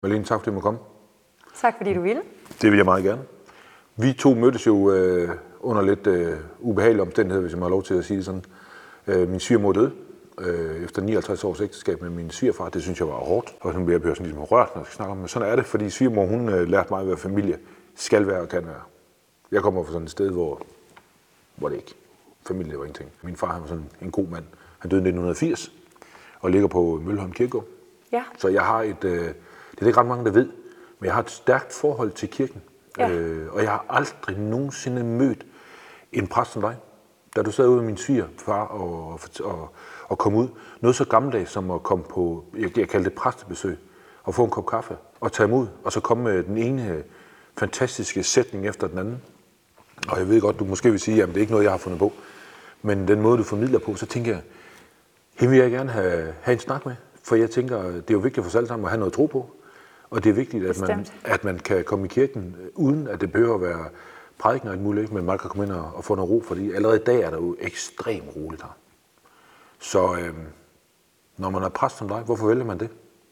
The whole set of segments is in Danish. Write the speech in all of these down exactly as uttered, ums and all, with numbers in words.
Malene, tak fordi du måtte komme. Tak fordi du ville. Det vil jeg meget gerne. Vi to mødtes jo øh, under lidt øh, ubehagelige omstændigheder, hvis jeg må have lov til at sige det sådan. Øh, min svigermor døde øh, efter nioghalvtreds års ægteskab med min svigerfar. Det synes jeg var hårdt. Og sådan bliver jeg sådan ligesom rørt, når jeg skal snakke om det. Men sådan er det, fordi svigermor hun øh, lærte mig, hvad familie skal være og kan være. Jeg kommer fra sådan et sted, hvor, hvor det ikke. Familie var ingenting. Min far han var sådan en god mand. Han døde i nitten firs og ligger på Mølholm Kirkegård. Ja. Så jeg har et, øh, det er ikke ret mange, der ved, men jeg har et stærkt forhold til kirken. Ja. Øh, og jeg har aldrig nogensinde mødt en præst som dig. Da du sad ude med min svigerfar og, og, og kom ud. Noget så gammeldags som at komme på, jeg, jeg kalder det præstebesøg, og få en kop kaffe og tage imod, og så komme med den ene fantastiske sætning efter den anden. Og jeg ved godt, du måske vil sige, at det er ikke noget, jeg har fundet på. Men den måde, du formidler på, så tænker jeg, hende vil jeg gerne have, have en snak med. For jeg tænker, det er jo vigtigt for os alle sammen at have noget tro på. Og det er vigtigt, at man, at man kan komme i kirken, uden at det behøver at være prædiken og alt muligt, men man kan komme ind og, og få noget ro, fordi allerede i dag er der jo ekstremt roligt her. Så øh, når man er præst som dig, hvorfor vælger man det?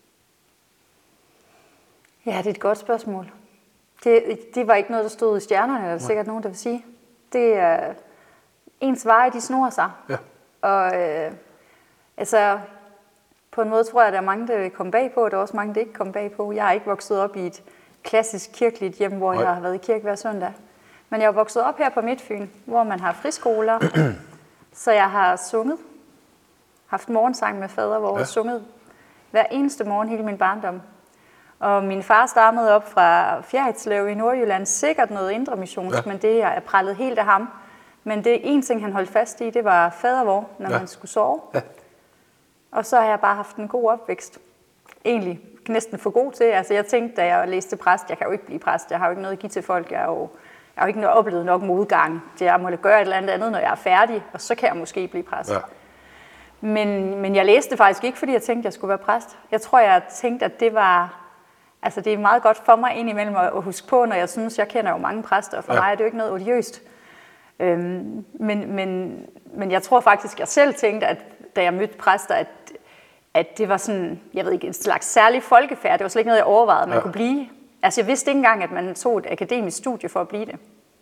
Ja, det er et godt spørgsmål. Det, det var ikke noget, der stod i stjernerne, er der sikkert nogen, der vil sige. Det er ens veje, de snor sig. Ja. Og øh, altså, på en måde tror jeg, at der er mange, der vil komme bag på, og der er også mange, der ikke kommer bag på. Jeg har ikke vokset op i et klassisk kirkeligt hjem, hvor Nej. jeg har været i kirke hver søndag. Men jeg er vokset op her på Midtfyn, hvor man har friskoler. Så jeg har sunget, haft morgensang med fader, hvor jeg ja. har sunget hver eneste morgen hele min barndom. Og min far stammede op fra Fjerritslev i Nordjylland, sikkert noget indre missionsk, ja. men det er prallet helt af ham. Men det en ting, han holdt fast i, det var fadervor, når ja. man skulle sove. Ja. Og så har jeg bare haft en god opvækst. Egentlig næsten for god til. Altså jeg tænkte, da jeg læste præst, jeg kan jo ikke blive præst, jeg har jo ikke noget at give til folk, jeg har jo, jeg har jo ikke oplevet nok modgang. Jeg må gøre et eller andet andet, når jeg er færdig, og så kan jeg måske blive præst. Ja. Men, men jeg læste faktisk ikke, fordi jeg tænkte, jeg skulle være præst. Jeg tror, jeg tænkte, at det var... Altså det er meget godt for mig indimellem at huske på, når jeg synes, jeg kender jo mange præster, og for ja. mig er det jo ikke noget odiøst. Øhm, men, men, men jeg tror faktisk, jeg selv tænkte, at da jeg mødte præster, at, at det var sådan, jeg ved ikke, en slags særlig folkefærd. Det var slet ikke noget, jeg overvejede, at man ja. kunne blive. Altså jeg vidste ikke engang, at man tog et akademisk studie for at blive det.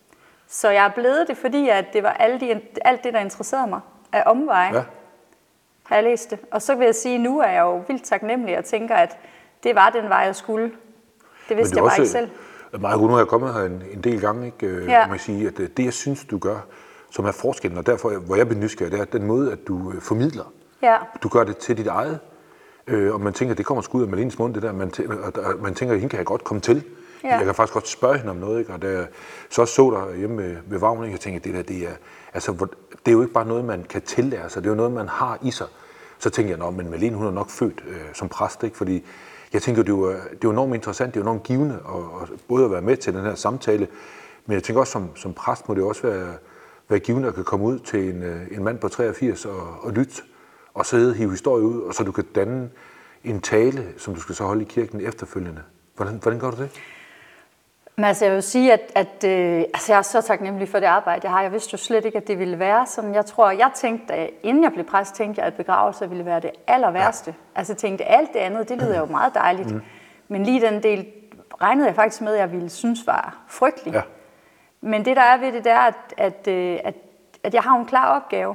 Så jeg er blevet det, fordi at det var alle de, alt det, der interesserede mig af omveje, ja. har jeg læst det. Og så vil jeg sige, at nu er jeg jo vildt taknemmelig og tænker, at det var den vej, jeg skulle. Det vidste jeg bare ikke selv. Maja, nu har jeg kommet her en, en del gange, ikke? Ja. Man sige, at det, jeg synes, du gør, som er forskellen, og derfor, hvor jeg bliver nysgerrig, det er den måde, at du formidler. Ja. Du gør det til dit eget, øh, og man tænker, det kommer sgu ud af Malenes mund, det der. Man, og, og man tænker, hende kan jeg godt komme til. Ja. Jeg kan faktisk godt spørge hende om noget, ikke? Og da jeg så så dig hjemme ved, ved Vagn, jeg tænkte, det der, det er, altså, det er jo ikke bare noget, man kan tillære sig, det er jo noget, man har i sig. Så tænkte jeg, nå, men Malene, hun er nok født øh, som præst, ikke? Fordi jeg tænker, det er jo, det er jo enormt interessant, det er jo enormt givende, og, og både at være med til den her samtale, men jeg tænker også, som, som præst må det også være, være givende at kan komme ud til en, en mand på treogfirs og, og lytte, og så hive historie ud, og så du kan danne en tale, som du skal så holde i kirken efterfølgende. Hvordan, hvordan gør du det? Men altså, jeg vil sige, at, at øh, altså, jeg er så taknemmelig for det arbejde, jeg har. Jeg vidste jo slet ikke, at det ville være sådan. Jeg tror, jeg tænkte, at inden jeg blev præst, tænkte jeg, at begravelse ville være det aller værste. Ja. Altså, jeg tænkte, alt det andet, det lyder jo meget dejligt. Mm. Men lige den del regnede jeg faktisk med, at jeg ville synes var frygtelig. Ja. Men det, der er ved det, det er, at, at, at, at jeg har en klar opgave.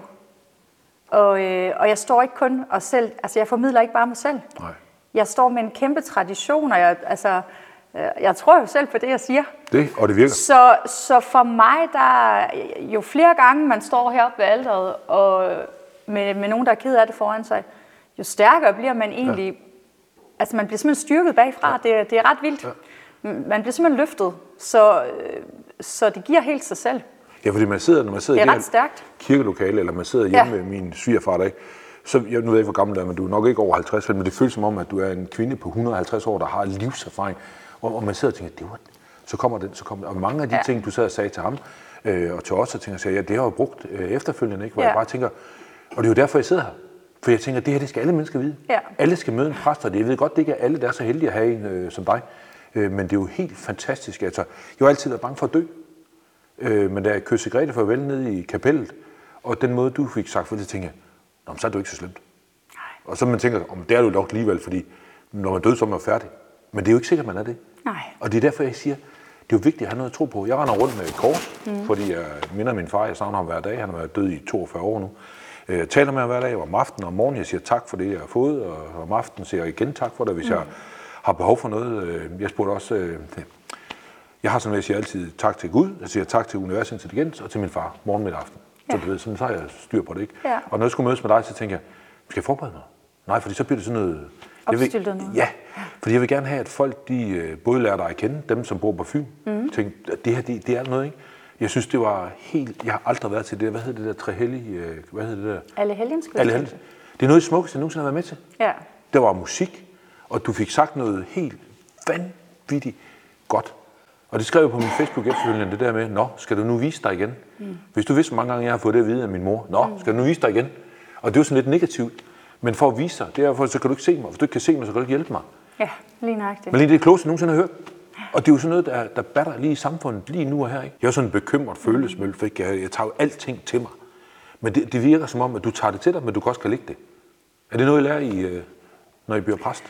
Og, øh, og jeg står ikke kun og selv, altså jeg formidler ikke bare mig selv. Nej. Jeg står med en kæmpe tradition, og jeg, altså... Jeg tror jo selv på det, jeg siger. Det, og det virker. Så, så for mig, der jo flere gange man står heroppe ved alteret, og med, med nogen, der er ked af det foran sig, jo stærkere bliver man egentlig. Ja. Altså man bliver simpelthen styrket bagfra. Ja. Det, det er ret vildt. Ja. Man bliver simpelthen løftet, så, så det giver helt sig selv. Ja, fordi man sidder, når man sidder det er i ret stærkt. Kirkelokale, eller man sidder hjemme ja. med min svigerfar, der ikke. Så jeg nu ved ikke, hvor gammel du er, men du er nok ikke over halvtreds, men det føles som om, at du er en kvinde på et hundrede og halvtreds år, der har livserfaring. Og man sidder og tænker, det var, så kommer den, så kommer den. Og mange af de ja. ting, du sad og sagde til ham, øh, og til os, så tænker jeg, ja, det har jeg jo brugt øh, efterfølgende, ikke? Hvor ja. jeg bare tænker, og det er jo derfor, jeg sidder her. For jeg tænker, det her, det skal alle mennesker vide. Ja. Alle skal møde en præst, og jeg ved godt, det ikke er alle, der er så heldige at have en øh, som dig. Øh, men det er jo helt fantastisk. Altså, jeg har altid været bange for at dø. Øh, men da jeg kyssede Grete farvel nede i kapellet, og den måde, du fik sagt for det, tænkte jeg, nå, så er det jo ikke så slemt. Nej. Og så man tænker, om det er du nok alligevel, fordi når man døde, så er man færdig. Men det er jo ikke sikkert, man er det. Nej. Og det er derfor, jeg siger, det er jo vigtigt at have noget at tro på. Jeg render rundt med et kors, mm. fordi jeg minder min far, jeg savner ham hver dag. Han har været død i toogfyrre år nu. Jeg taler med ham hver dag om aftenen og om morgenen. Jeg siger tak for det, jeg har fået, og om aftenen siger jeg igen tak for det, hvis mm. jeg har behov for noget. Jeg spurgte også, jeg har sådan, jeg siger altid tak til Gud, jeg siger tak til universets intelligens og til min far, morgen, midt aften. Ja. Så du ved, sådan så har jeg styr på det, ikke? Ja. Og når jeg skulle mødes med dig, så tænker jeg, skal jeg forberede mig? Nej, fordi så bliver det sådan noget... Opstyltet noget. Ja, fordi jeg vil gerne have, at folk, de både lærer dig at kende, dem som bor på Fyn, mm. tænker, at det her, det, det er noget, ikke? Jeg synes, det var helt... Jeg har aldrig været til det. Hvad hedder det der trehellige... Hvad hedder det der? Alle helgens. Alle helgens. Det er noget smukt, jeg nogensinde har været med til. Ja. Der var musik, og du fik sagt noget helt vanvittigt godt. Og det skrev jeg på min Facebook efterfølgende, det der med, nå, skal du nu vise dig igen? Mm. Hvis du vidste, hvor mange gange jeg har fået det at vide af min mor, nå, skal du nu vise dig igen? Og det er jo sådan lidt negativt. Men for at vise sig, det er for, så kan du ikke se mig. Hvis du ikke kan se mig, så kan du ikke hjælpe mig. Ja, lige nøjagtigt. Men lige det er det klogeste, jeg nogensinde har hørt. Og det er jo sådan noget, der, der batter lige i samfundet, lige nu og her. Ikke? Jeg er sådan en bekymret følelsesmølle, for jeg, jeg tager jo alting til mig. Men det, det virker som om, at du tager det til dig, men du kan også kan lægge det. Er det noget, I lærer, I, når I bliver præst?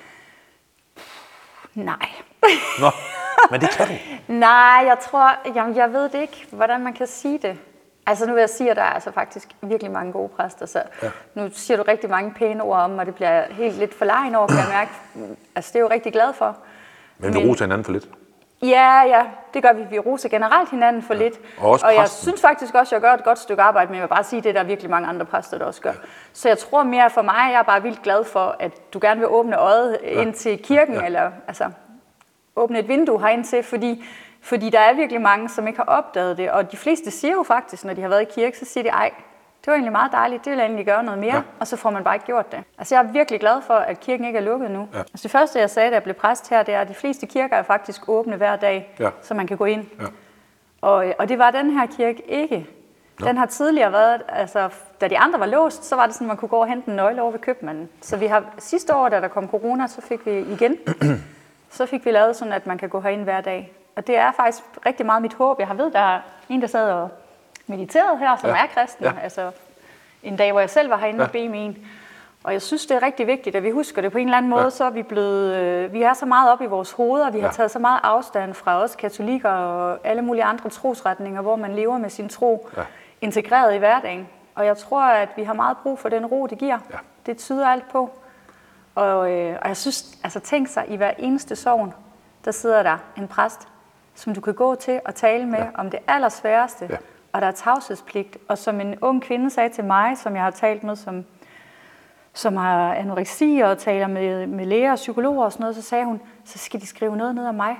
Nej. Nå, men det kan du. Nej, jeg tror, jamen, jeg ved det ikke, hvordan man kan sige det. Altså nu vil jeg sige, at der er altså faktisk virkelig mange gode præster, så ja. Nu siger du rigtig mange pæne ord om, og det bliver helt lidt for legen over, kan jeg mærke. Altså det er jeg jo rigtig glad for. Men vi roser hinanden for lidt. Ja, ja, det gør vi. Vi roser generelt hinanden for ja. lidt. Og, også og jeg synes faktisk også, at jeg gør et godt stykke arbejde, men jeg vil bare sige, at det er der virkelig mange andre præster, der også gør. Ja. Så jeg tror mere for mig, jeg er bare vildt glad for, at du gerne vil åbne øjet ja. ind til kirken, ja. eller altså åbne et vindue herind til, fordi Fordi der er virkelig mange, som ikke har opdaget det, og de fleste siger jo faktisk, når de har været i kirke, så siger de, ej, det var egentlig meget dejligt, det vil jeg egentlig gøre noget mere, ja. og så får man bare ikke gjort det. Altså jeg er virkelig glad for, at kirken ikke er lukket nu. Ja. Altså det første, jeg sagde, da jeg blev præst her, det er, at de fleste kirker er faktisk åbne hver dag, ja. så man kan gå ind. Ja. Og, og det var den her kirke ikke. Ja. Den har tidligere været, altså da de andre var låst, så var det sådan, at man kunne gå og hente en nøgle over ved købmanden. Så vi har sidste år, da der kom corona, så fik vi igen, så fik vi lavet sådan, at man kan gå herind hver dag. Og det er faktisk rigtig meget mit håb. Jeg har ved, der er en, der sad og mediterede her, som ja. er kristen. Ja. Altså en dag, hvor jeg selv var herinde ja. og bede med en. Og jeg synes, det er rigtig vigtigt, at vi husker det på en eller anden måde. Ja. Så er vi blevet, øh, vi er så meget op i vores hoveder. Vi ja. har taget så meget afstand fra os katolikker og alle mulige andre trosretninger, hvor man lever med sin tro ja. integreret i hverdagen. Og jeg tror, at vi har meget brug for den ro, det giver. Ja. Det tyder alt på. Og, øh, og jeg synes, altså tænk sig, i hver eneste sogn, der sidder der en præst, som du kan gå til og tale med ja. om det allersværeste, ja. og der er tavshedspligt. Og som en ung kvinde sagde til mig, som jeg har talt med, som, som har anoreksi og taler med, med læger og psykologer og sådan noget, så sagde hun, så skal de skrive noget ned om mig.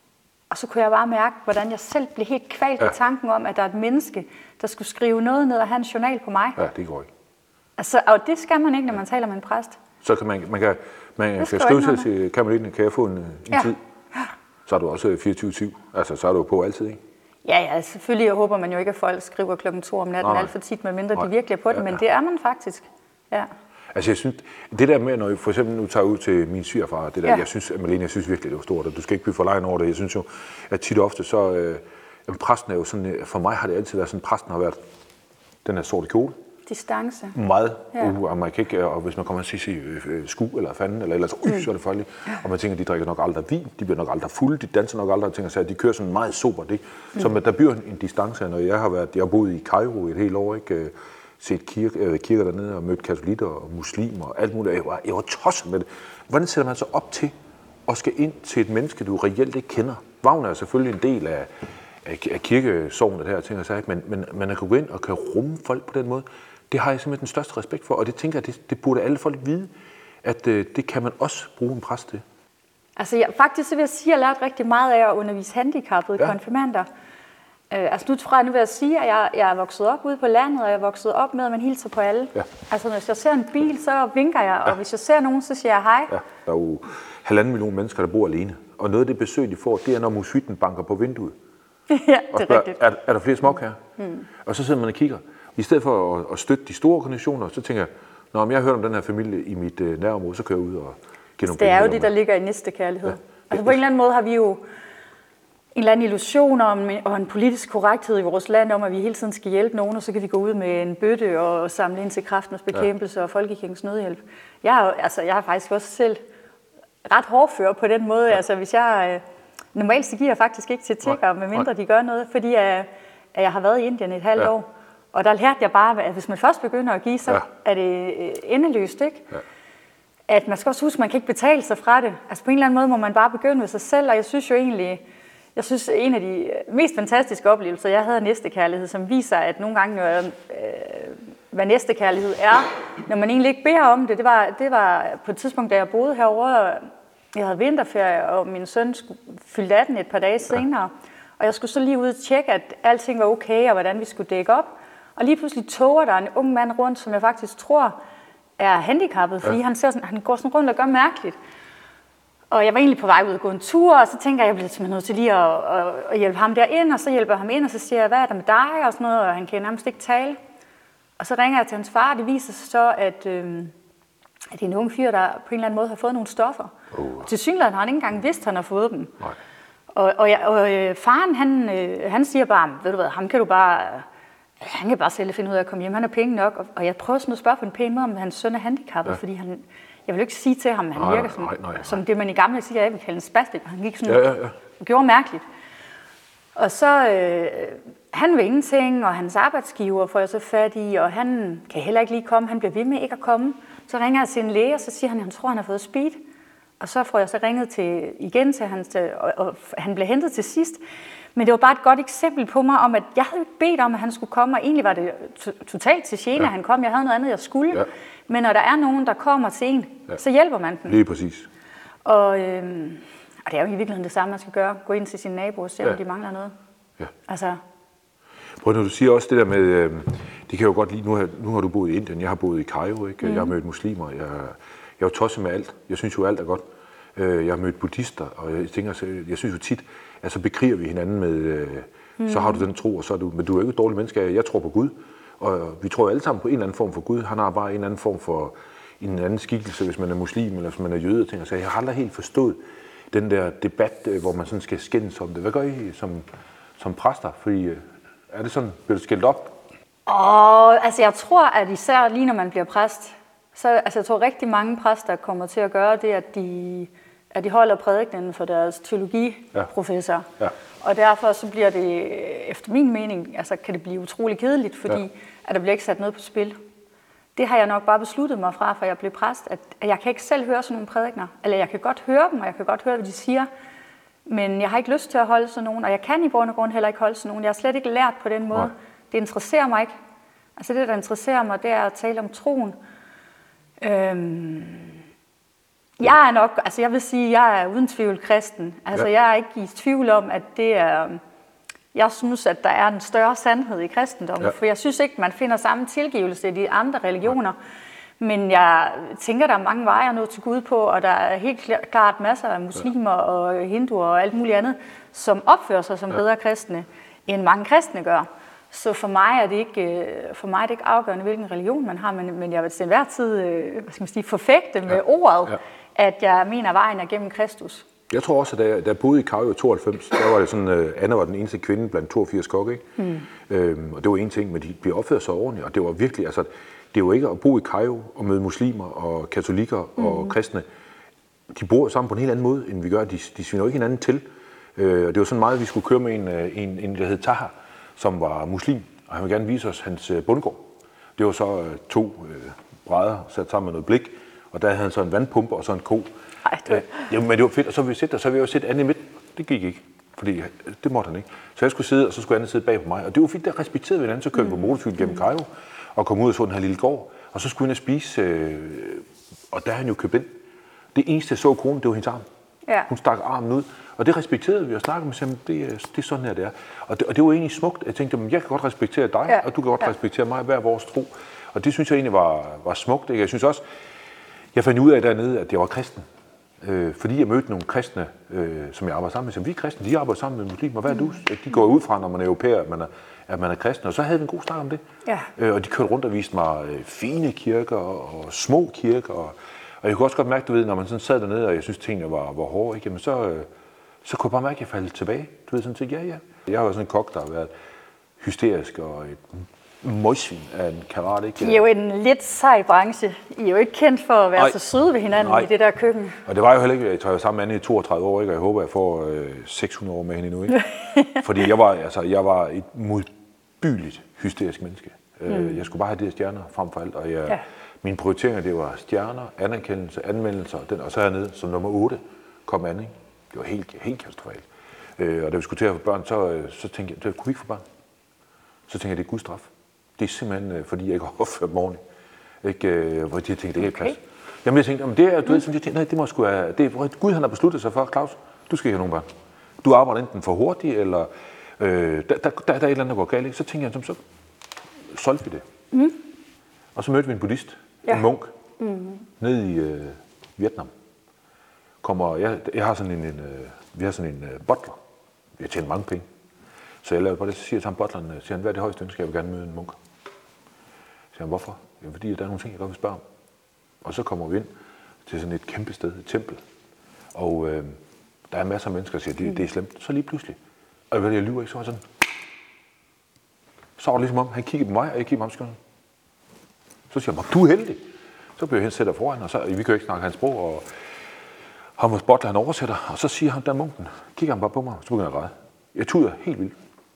Og så kunne jeg bare mærke, hvordan jeg selv blev helt kvalt ja. i tanken om, at der er et menneske, der skulle skrive noget ned og have en journal på mig. Ja, det går ikke. Altså, og det skal man ikke, når man taler med en præst. Så kan man, man kan, man kan skrive til, til Karoline, kan jeg få en, en ja. tid? Så er du også fireogtyve syv. Altså, så er du på altid, ikke? Ja, ja, selvfølgelig. Jeg håber man jo ikke, at folk skriver klokken to om natten alt for tit, medmindre de virkelig er på det, ja, men ja. det er man faktisk. Ja. Altså, jeg synes, det der med, når jeg for eksempel nu tager ud til min svigerfar, det der, ja. jeg synes, Malene, jeg synes virkelig, det var stort, og du skal ikke blive for legen over det. Jeg synes jo, at tit og ofte, så, øh, præsten er jo sådan, for mig har det altid været sådan, præsten har været den her sorte kjole. Distance. Meget. Ja. Uh, og, man kan ikke, og hvis man kommer til at sige uh, sku eller fanden, eller ellers, uh, så er det farligt. Ja. Og man tænker, de drikker nok aldrig vin, de bliver nok aldrig fulde, de danser nok aldrig, og tænker sig, at de kører sådan meget sobert, ikke? Mm. Så der bliver en, en distance, når jeg har været, jeg har boet i Kairo et helt år, ikke? Set kirke, kirker dernede og mødt katolikker og muslimer og alt muligt. Jeg var, jeg var tosset med det. Hvordan sætter man så op til at skal ind til et menneske, du reelt ikke kender? Wagner er selvfølgelig en del af, af, af kirkesognet her, tænker jeg, men, men man kan gå ind og kan rumme folk på den måde. Det har jeg simpelthen den største respekt for, og det tænker jeg, det, det burde alle folk vide, at øh, det kan man også bruge en præst til. Altså jeg, faktisk så vil jeg sige, at jeg har lært rigtig meget af at undervise handicappede ja. konfirmander. Øh, altså nu tror jeg, nu vil jeg sige, at jeg, jeg er vokset op ude på landet, og jeg er vokset op med, at man hilser på alle. Ja. Altså hvis jeg ser en bil, så vinker jeg, og ja. hvis jeg ser nogen, så siger jeg hej. Ja. Der er jo halvanden million mennesker, der bor alene, og noget af det besøg, de får, det er, når musvitten banker på vinduet. ja, det er spørger, rigtigt. Er, er der flere smuk her? Hmm. Og så sidder man og kigger. I stedet for at, at støtte de store organisationer, så tænker jeg, når jeg har hørt om den her familie i mit uh, nærområde, så kører jeg ud og giver nogle Det er jo det, der ligger i næste kærlighed. Ja. Altså på en eller anden måde har vi jo en eller anden illusion om, og en politisk korrekthed i vores land om, at vi hele tiden skal hjælpe nogen, og så kan vi gå ud med en bøtte og samle ind til kræftens bekæmpelse ja. og Folkekirkens nødhjælp. Jeg har, altså, jeg har faktisk også selv ret hårdfør på den måde. Ja. Altså, hvis jeg, øh, normalt så giver jeg faktisk ikke til tiggere, medmindre de gør noget, fordi jeg, at jeg har været i Indien et halvt ja. år. Og der lærte jeg bare, at hvis man først begynder at give, så ja. er det endeløst, ikke? Ja. At man skal også huske, at man kan ikke betale sig fra det. Altså på en eller anden måde må man bare begynde med sig selv, og jeg synes jo egentlig, jeg synes en af de mest fantastiske oplevelser, jeg havde af næstekærlighed, som viser, at nogle gange, øh, hvad næstekærlighed er, når man egentlig ikke beder om det, det var, det var på et tidspunkt, da jeg boede herovre, jeg havde vinterferie, og min søn fyldte atten et par dage senere, og jeg skulle så lige ud og tjekke, at alting var okay, og hvordan vi skulle dække op. Og lige pludselig toger der en ung mand rundt, som jeg faktisk tror er handicappet, fordi ja. han, ser sådan, han går sådan rundt og gør mærkeligt. Og jeg var egentlig på vej ud og gå en tur, og så tænker jeg, at jeg bliver simpelthen nødt til lige at, at, at hjælpe ham derind, og så hjælper jeg ham ind, og så siger jeg, hvad er der med dig, og sådan noget, og han kan nærmest ikke tale. Og så ringer jeg til hans far, og det viser sig så, at, øh, at det er en ung fyr, der på en eller anden måde har fået nogle stoffer. Uh. Og til synligheden har han ikke engang vidst, at han har fået dem. Nej. Og, og, jeg, og øh, faren, han, øh, han siger bare, ved du hvad, ham kan du bare... Han kan bare selv finde ud af at komme hjem. Han har penge nok, og jeg prøver sådan at spørge på en pæn måde, om hans søn er handicappet, ja. fordi han, jeg vil ikke sige til ham, at han nej, virker som, nej, nej, nej. som det, man i gamle siger, jeg vil kalde en spastik. Han gik sådan, ja, ja, ja. gjorde mærkeligt. Og så, øh, han vil ingenting, og hans arbejdsgiver får jeg så fat i, og han kan heller ikke lige komme, han bliver ved med ikke at komme. Så ringer jeg til en læge, og så siger han, at han tror, han har fået speed. Og så får jeg så ringet til, igen til hans, og, og han blev hentet til sidst. Men det var bare et godt eksempel på mig om, at jeg havde ikke bedt om, at han skulle komme, og egentlig var det to- totalt til gene, ja. at han kom. Jeg havde noget andet, jeg skulle. Ja. Men når der er nogen, der kommer til en, ja. så hjælper man dem. Lige præcis. Og, øhm, og det er jo i virkeligheden det samme, man skal gøre. Gå ind til sine naboer og se, om ja. de mangler noget. Ja. Altså. Prøv, når du siger også det der med, øh, det kan jo godt lide, nu har, nu har du boet i Indien, jeg har boet i Cairo, ikke? Mm. Jeg har mødt muslimer, jeg, jeg er jo tosset med alt. Jeg synes jo, alt er godt. Jeg har mødt buddhister, og jeg tænker, jeg synes jo tit, at så bekriger vi hinanden med, øh, mm. så har du den tro, og så er du, men du er jo ikke et dårligt menneske. Jeg tror på Gud, og vi tror alle sammen på en eller anden form for Gud. Han har bare en eller anden form for en anden skikkelse, hvis man er muslim, eller hvis man er jøde. Tænker. Så jeg har aldrig helt forstået den der debat, hvor man sådan skal skændes om det. Hvad gør I som, som præster? Fordi, er det sådan, bliver du skældt op? Og, altså jeg tror, at især lige når man bliver præst, så altså, jeg tror rigtig mange præster kommer til at gøre det, at de, at de holder prædikenen for deres teologiprofessor. Ja. Ja. Og derfor så bliver det, efter min mening, altså kan det blive utrolig kedeligt, fordi ja. at der bliver ikke sat noget på spil. Det har jeg nok bare besluttet mig fra, for jeg blev præst, at, at jeg kan ikke selv høre sådan nogle prædikener. Eller jeg kan godt høre dem, og jeg kan godt høre, hvad de siger, men jeg har ikke lyst til at holde sådan nogen, og jeg kan i bund og grund heller ikke holde sådan nogen. Jeg har slet ikke lært på den måde. Nej. Det interesserer mig ikke. Altså det, der interesserer mig, det er at tale om troen. Øhm, jeg er nok, altså jeg vil sige, jeg er uden tvivl kristen. Altså ja. jeg er ikke i tvivl om, at det er, jeg synes, at der er en større sandhed i kristendommen, ja. for jeg synes ikke, man finder samme tilgivelse i de andre religioner. Ja. Men jeg tænker, der er mange veje at nå til Gud på, og der er helt klart masser af muslimer ja. og hinduer og alt muligt andet, som opfører sig som ja. bedre kristne, end mange kristne gør. Så for mig er det ikke, for mig er det ikke afgørende, hvilken religion man har, men, men jeg vil til enhver tid, hvad skal man sige, forfægte med ja. ordet, ja. at jeg mener, at vejen er gennem Kristus. Jeg tror også, at da jeg, da jeg boede i Cairo i tooghalvfems, der var det sådan, uh, Anna var den eneste kvinde blandt toogfirs kokke, ikke? Hmm. Øhm, og det var en ting, men de blev opført så ordentligt, og det var virkelig, altså, det er jo ikke at bo i Cairo og møde muslimer og katolikker hmm. og kristne. De bor sammen på en helt anden måde, end vi gør. De, de sviner jo ikke hinanden til. Øh, og det var sådan meget, at vi skulle køre med en, en, en der hed Taha, som var muslim, og han ville gerne vise os hans øh, bundgård. Det var så øh, to øh, brædder sat sammen med noget blik, og der havde han så en vandpumpe og så en ko. Ej, det... øh, ja, men det var fedt, og så ville vi sætte, og så ville jeg jo sætte Anne i midten. Det gik ikke, fordi øh, det måtte han ikke. Så jeg skulle sidde, og så skulle Anne sidde bag på mig, og det var fint, der respekterede vi hinanden, så kørte vi mm. på motorcykel gennem Cairo, og kom ud og så den her lille gård, og så skulle vi ind og spise, øh, og der havde han jo købt ind. Det eneste, jeg så konen, det var hendes arm. Ja. Hun stak armen ud, og det respekterede vi og snakkede med ham, det, det er sådan her, det er. Og det, og det var egentlig smukt. Jeg tænkte, jeg kan godt respektere dig, ja. og du kan godt ja. respektere mig, hver vores tro. Og det synes jeg egentlig var, var smukt. Ikke? Jeg synes også, jeg fandt ud af dernede, at jeg var kristen. Øh, fordi jeg mødte nogle kristne, øh, som jeg arbejder sammen med, som vi er kristne, de arbejder sammen med muslimer. Hvad er du? De går ud fra, når man er europæer, at man er, at man er kristen. Og så havde vi en god snak om det. Ja. Øh, og de kørte rundt og viste mig øh, fine kirker og, og små kirker. Og, og jeg kunne også godt mærke, du ved, når man sådan sad dernede, og jeg synes, tingene var, var hårde, ikke? Jamen så, øh, så kunne jeg bare mærke, at jeg faldt tilbage. Du ved, sådan set, ja, ja. Jeg har jo sådan en kok, der har været hysterisk og et møgsvin af en kammerat, ikke? Det er jo en lidt sej branche. I er jo ikke kendt for at være Nej. så søde ved hinanden. Nej. I det der køkken. Og det var jo heller ikke, jeg tager jo sammen med Anne i toogtredive år, ikke? Og jeg håber, jeg får øh, seks hundrede år med hende nu, ikke? Fordi jeg var, altså, jeg var et modbydeligt hysterisk menneske. Mm. Jeg skulle bare have de her stjerner frem for alt, og jeg, ja. mine prioriteringer, det var stjerner, anerkendelse, anmeldelser, den, og så hernede, som nummer otte, kom Anne, ikke? Det var helt, helt katastrofalt. Øh, og da vi skulle til at få børn, så, så tænkte jeg, det kunne vi ikke få børn. Så tænkte jeg, det er Guds straf. Det er simpelthen, øh, fordi jeg ikke har opført morgen. Ikke, øh, hvor de tænkte, det er ikke plads. Jamen jeg tænkte, det er, du ved, sådan, jeg tænkte, nej, det må sgu have, det er, Gud han har besluttet sig for, Claus, du skal ikke have nogen børn. Du arbejder enten for hurtigt, eller øh, der, der, der, der er et eller andet, der går galt, ikke? Så tænkte jeg, så solgte vi det. Mm. Og så mødte vi en buddhist, ja. en munk, mm. nede i øh, Vietnam. Kommer, jeg, jeg har sådan en, en øh, vi har sådan en øh, butler. Vi har tjent mange penge. Så jeg lavede på det, så siger jeg til ham butleren, siger han, hvad er det højeste ønske, jeg vil gerne møde en munk. Så siger han, hvorfor? Jamen, fordi der er nogle ting, jeg godt vil spørge om. Og så kommer vi ind til sådan et kæmpe sted, et tempel. Og øh, der er masser af mennesker, der siger, det, det er slemt. Så lige pludselig, og jeg, jeg lyver ikke, så var sådan. Så var det ligesom om, han kiggede på mig, og jeg kiggede på ham skønnen. Så siger han, du er heldig. Så bliver jeg hen og sætter foran, og så, vi kan jo ikke snakke hans sprog, og ham hos butler, han oversætter, og så siger han, der munken, kigger han bare på mig, så begynder jeg at græde. Jeg tuder helt vildt.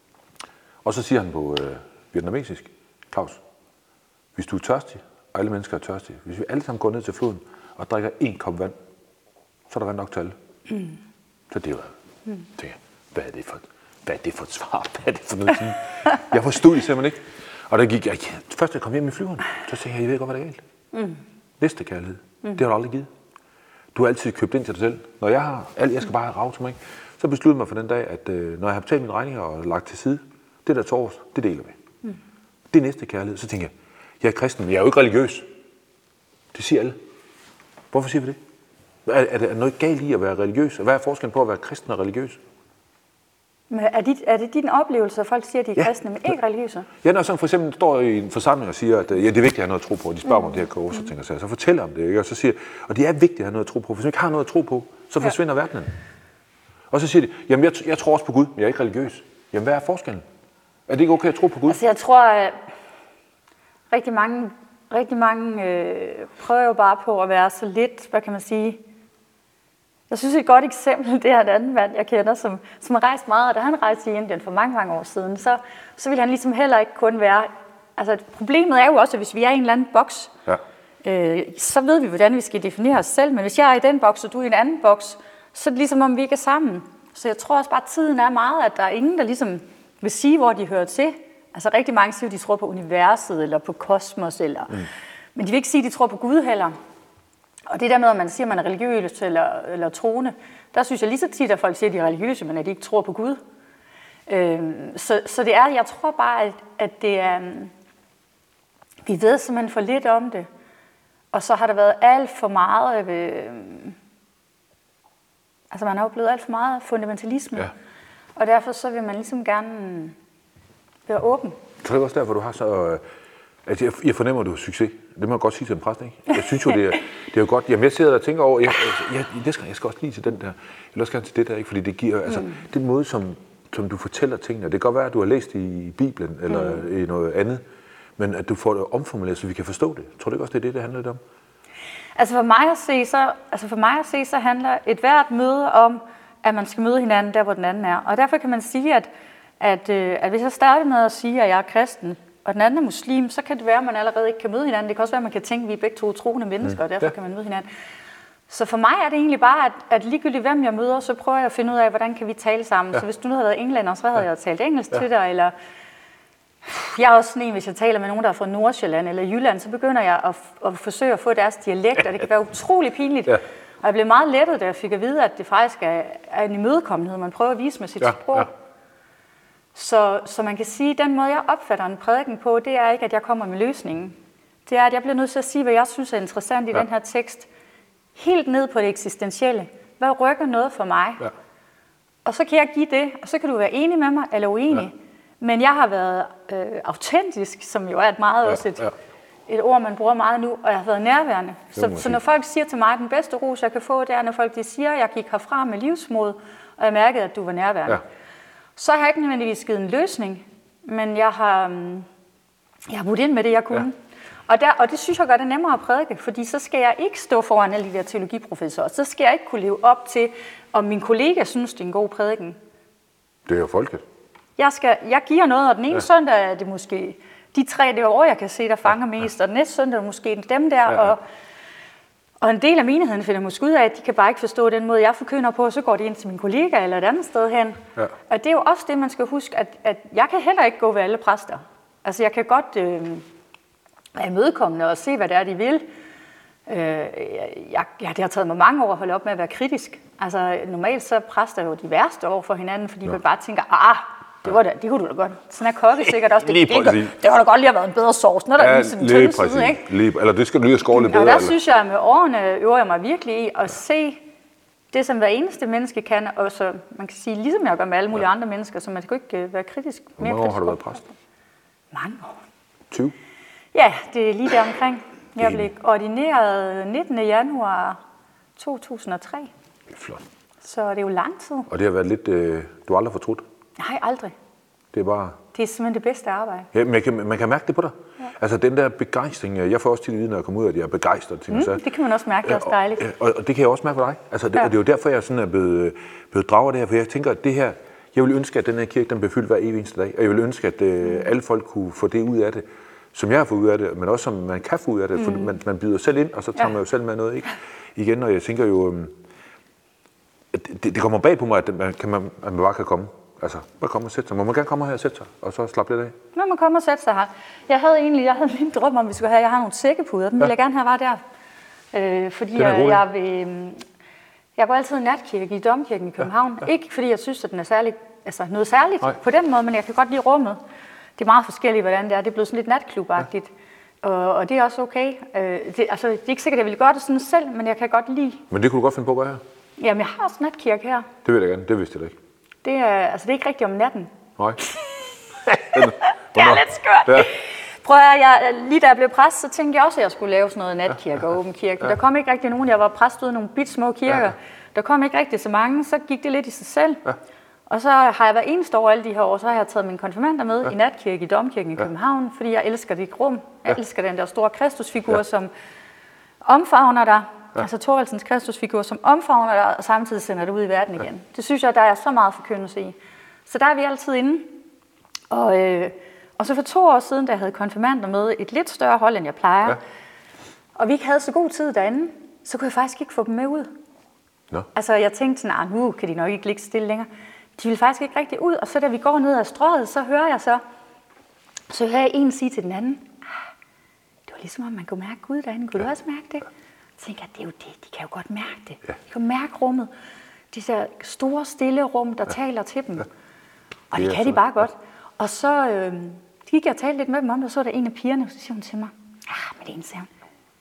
Og så siger han på øh, vietnamesisk, Claus, hvis du er tørstig, og alle mennesker er tørstige, hvis vi alle sammen går ned til floden og drikker en kop vand, så er der vand nok til alle. Mm. Så det var, mm. tænker jeg, hvad er det for, hvad er det for et svar? Hvad er det for noget? Jeg forstod det simpelthen ikke. Og der gik jeg, ja, først jeg kom hjem i flyveren, så tænkte jeg, jeg ved godt, hvad der er galt. Mm. Næste kærlighed, mm. det har du aldrig givet. Du har altid købt ind til dig selv. Når jeg har alt, jeg skal bare have rav til mig, så besluttede mig for den dag, at øh, når jeg har betalt mine regninger og lagt til side, det der tors, det deler vi. Mm. Det er næste kærlighed. Så tænker jeg, jeg er kristen, men jeg er jo ikke religiøs. Det siger alle. Hvorfor siger vi det? Er, er der noget galt i at være religiøs? Hvad er forskellen på at være kristen og religiøs? Men er, det, er det din oplevelse, at folk siger, at de er ja. kristne, men ikke religiøse? Ja, når sådan for eksempel står i en forsamling og siger, at ja, det er vigtigt at have noget at tro på, og de spørger mig mm. om det her kors, mm. så tænker jeg, så fortæller om det, ikke? Og så siger og det er vigtigt at have noget at tro på. Hvis man ikke har noget at tro på, så forsvinder ja. verdenen. Og så siger de, jamen jeg, jeg tror også på Gud, men jeg er ikke religiøs. Jamen hvad er forskellen? Er det ikke okay at tro på Gud? Altså jeg tror, at rigtig mange, rigtig mange øh, prøver jo bare på at være så lidt, hvad kan man sige. Jeg synes et godt eksempel, det er en anden mand, jeg kender, som, som har rejst meget, og da han rejste i Indien for mange, mange år siden, så, så ville han ligesom heller ikke kun være. Altså problemet er jo også, at hvis vi er i en eller anden boks, ja. øh, så ved vi, hvordan vi skal definere os selv, men hvis jeg er i den boks, og du er i en anden boks, så er det ligesom, om vi ikke er sammen. Så jeg tror også bare, at tiden er meget, at der er ingen, der ligesom vil sige, hvor de hører til. Altså rigtig mange siger, at de tror på universet, eller på kosmos, eller... Mm. Men de vil ikke sige, at de tror på Gud heller. Og det der med, at man siger, at man er religiøs eller, eller troende, der synes jeg lige så tit, at folk siger, at de er religiøse, men at de ikke tror på Gud. Øhm, så, så det er, jeg tror bare, at, at det er... Vi ved simpelthen for lidt om det. Og så har der været alt for meget... Øh, altså man har oplevet alt for meget fundamentalisme. Ja. Og derfor så vil man ligesom gerne være åben. Jeg tror også derfor, du har så... Altså, jeg, jeg fornemmer, at du har succes. Det må jeg godt sige til en præst, ikke? Jeg synes jo, det er, det er jo godt. Jamen, jeg sidder der og tænker over, jeg, jeg, jeg, skal, jeg skal også lige til den der, eller også gerne til det der, ikke? Fordi det giver, altså, mm. den måde, som, som du fortæller tingene, det kan godt være, at du har læst i Bibelen, eller mm. i noget andet, men at du får det omformuleret, så vi kan forstå det. Tror du ikke også, det er det, det handler lidt om? Altså for mig at se, så, altså for mig at se, så handler et hvert møde om, at man skal møde hinanden der, hvor den anden er. Og derfor kan man sige, at, at, at hvis jeg starter med at sige, at jeg er kristen, og den anden er muslim, så kan det være, at man allerede ikke kan møde hinanden. Det kan også være, at man kan tænke, at vi er begge to troende mennesker, mm. og derfor ja. kan man møde hinanden. Så for mig er det egentlig bare, at, at ligegyldigt hvem jeg møder, så prøver jeg at finde ud af, hvordan kan vi tale sammen. Ja. Så hvis du nu havde været englænder, så havde ja. jeg talt engelsk ja. til dig, eller jeg er også sådan en, hvis jeg taler med nogen, der er fra Nordsjælland eller Jylland, så begynder jeg at, at forsøge at få deres dialekt, og det kan være utrolig pinligt. Ja. Og jeg blev meget lettet, da jeg fik at vide, at det faktisk er, er en imødekommenhed, man prøver at vise med sit ja. sprog. Ja. Så, så man kan sige, at den måde, jeg opfatter en prædiken på, det er ikke, at jeg kommer med løsningen. Det er, at jeg bliver nødt til at sige, hvad jeg synes er interessant i ja. den her tekst. Helt ned på det eksistentielle. Hvad rykker noget for mig? Ja. Og så kan jeg give det, og så kan du være enig med mig eller uenig. Ja. Men jeg har været øh, autentisk, som jo er et meget ja. også et, ja. et ord, man bruger meget nu, og jeg har været nærværende. Så, så når folk siger til mig, at den bedste ros, jeg kan få, det er, når folk de siger, at jeg gik herfra med livsmod, og jeg mærkede, at du var nærværende. Ja. Så har jeg ikke nødvendigvis givet en løsning, men jeg har, Jeg har budt ind med det, jeg kunne. Ja. Og, der, og det synes jeg gør det nemmere at prædike, fordi så skal jeg ikke stå foran alle de der teologiprofessorer. Så skal jeg ikke kunne leve op til, om min kollega synes, det er en god prædiken. Det er jo folket. Jeg, skal, jeg giver noget, og den ene ja. søndag er det måske de tre det år, jeg kan se, der fanger ja. mest, og den næste søndag er det måske dem der. Ja, ja. Og, og en del af menigheden finder måske ud af, at de kan bare ikke forstå den måde, jeg forkynder på, og så går de ind til min kollega eller et andet sted hen. Ja. Og det er jo også det, man skal huske, at, at jeg kan heller ikke gå ved alle præster. Altså jeg kan godt øh, være imødekommende og se, hvad det er, de vil. Øh, jeg, jeg, det har taget mig mange år at holde op med at være kritisk. Altså normalt så præster jo de værste over for hinanden, fordi ja. man bare tænker, ah, det, var da, det kunne du da godt. Sådan er kokke sikkert også. Det, det, det, det var da godt lige have været en bedre sovs, når der ja, er sådan en tynde side, ikke? Lige, eller det skal du lige skåre lidt bedre. Og der eller? synes jeg, at med årene øver jeg mig virkelig i at se det, som hver eneste menneske kan, og så man kan sige, ligesom jeg gør med alle mulige ja. andre mennesker, så man skal ikke være kritisk. Hvor mange år har du været præst? Mange år. tyve? Ja, det er lige der omkring. Jeg blev ordineret nittende januar to tusind og tre. Det er flot. Så det er jo lang tid. Og det har været lidt, øh, du har aldrig fortrudt? Nej, aldrig. Det er bare... Det er simpelthen det bedste arbejde. Ja, man kan, man kan mærke det på dig. Ja. Altså den der begejstring, jeg får også tit at vide, når jeg kommer ud af, at jeg er begejstret. Til mm, så, det kan man også mærke, det er også dejligt. Og, og, og det kan jeg også mærke på dig. Altså det, ja. det er jo derfor, jeg sådan er blevet, blevet draget af det her, for jeg tænker, at det her, jeg vil ønske, at den her kirke, den bliver fyldt hver evig eneste dag, og jeg vil ønske, at øh, alle folk kunne få det ud af det, som jeg har fået ud af det, men også som man kan få ud af det, mm. for man, man byder selv ind, og så tager ja. man jo selv med noget, ikke? Igen, og jeg tænker jo, øh, det, det kommer bag på mig, at man, kan man, at man bare kan komme. Altså, bare komme og sætte sig. Må man gerne komme her og sætte sig, og så slappe lidt af? Må man komme og sætte sig her. Jeg havde egentlig, jeg havde en drøm om, at vi skulle have, jeg har nogle sækkepuder, dem ja. vil jeg gerne have bare der. Øh, fordi jeg, god, jeg, vil, jeg går altid i natkirke i Domkirken i København. Ja. Ja. Ikke fordi jeg synes, at den er særlig, altså noget særligt Nej. på den måde, men jeg kan godt lide rummet. Det er meget forskelligt, hvordan det er. Det er blevet sådan lidt natklubagtigt. Ja. Og, og det er også okay. Øh, det, altså, det er ikke sikkert, at jeg ville gøre det sådan selv, men jeg kan godt lide. Men det kunne du godt finde på at gøre her? Jamen, jeg har også natkirke her. Det vil jeg gerne. Det vidste jeg ikke. Det er, altså, det er ikke rigtigt om natten. Nej. Det er lidt skørt. Ja. Prøv at jeg, lige da jeg blev præst, så tænkte jeg også, at jeg skulle lave sådan noget natkirke og åben kirke. Ja. Der kom ikke rigtig nogen. Jeg var præst ude i nogle bit små kirker. Ja. Der kom ikke rigtig så mange. Så gik det lidt i sig selv. Ja. Og så har jeg været eneste år alle de her år, så har jeg taget mine konfirmander med ja. i natkirke i Domkirken i København, ja. fordi jeg elsker det rum. Jeg ja. elsker den der store Kristusfigur, ja. som omfavner dig. Ja. Altså Thorvaldsens Kristusfigur, som omfavner dig, og samtidig sender det ud i verden igen. Ja. Det synes jeg, der er så meget forkyndelse i. Så der er vi altid inde. Og, øh, og så for to år siden, da jeg havde konfirmander med et lidt større hold, end jeg plejer, ja. og vi ikke havde så god tid derinde, så kunne jeg faktisk ikke få dem med ud. No. Altså jeg tænkte sådan, ah, nu kan de nok ikke ligge stille længere. De ville faktisk ikke rigtig ud, og så da vi går ned ad strøget, så hører jeg så, så hører jeg en sige til den anden, ah, det var ligesom om man kunne mærke Gud derinde. Kunne ja. du også mærke det? Så tænker jeg, det er jo det, de kan jo godt mærke det. Ja. De kan mærke rummet. De der store, stille rum, der ja. taler til dem. Ja. Og det, det kan så. de bare godt. Og så øh, gik jeg og talte lidt med dem om det, og så var der en af pigerne, og så siger hun til mig, ah, med det ene sagde hun,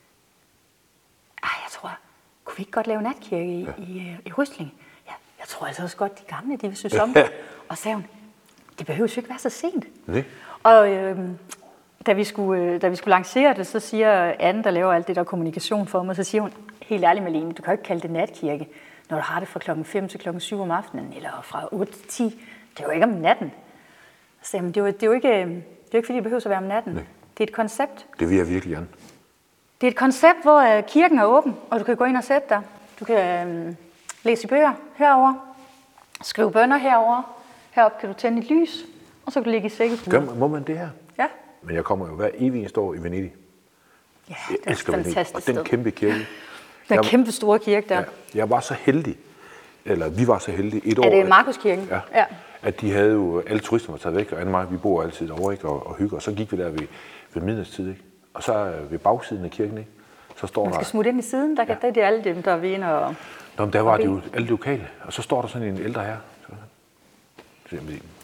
ah, jeg tror, kunne vi ikke godt lave natkirke i, ja. i, i Ryslinge? Ja, jeg tror altså også godt, de gamle, de vil synes om det. Og så sagde hun, det behøver jo ikke være så sent. Nej. Og øh, da, vi skulle, da vi skulle lancere det, så siger Anne, der laver alt det der kommunikation for mig, så siger hun, helt ærligt Malene, du kan jo ikke kalde det natkirke, når du har det fra klokken fem til klokken syv om aftenen, eller fra otte til ti. Det er jo ikke om natten. Så jamen, det, er jo, det, er jo ikke, det er jo ikke, fordi det behøver at være om natten. Nej. Det er et koncept. Det vil jeg virkelig gerne. Det er et koncept, hvor kirken er åben, og du kan gå ind og sætte dig. Du kan øhm, læse bøger herover, skrive bønner herover. Heroppe kan du tænde et lys, og så kan du ligge i sækkepuder. Må man det her? Ja. Men jeg kommer jo hver evig eneste år i Venedig. Ja, det er et fantastisk sted. Og den kæmpe kirke. Den kæmpe store kirke der. Ja, jeg var så heldig, eller vi var så heldige et år. Er det Markuskirken? Ja, ja. At de havde jo, alle turisterne var taget væk, og Anne og mig, vi bor altid derovre, ikke, og, og hygger. Og så gik vi der ved, ved midnadstid, ikke? Og så ved bagsiden af kirken, ikke? Så står man skal der, smutte ind i siden, der kan ja. det er alle dem, der er ved og... Nå, men der var det jo alle lokale, og så står der sådan en ældre her. Så,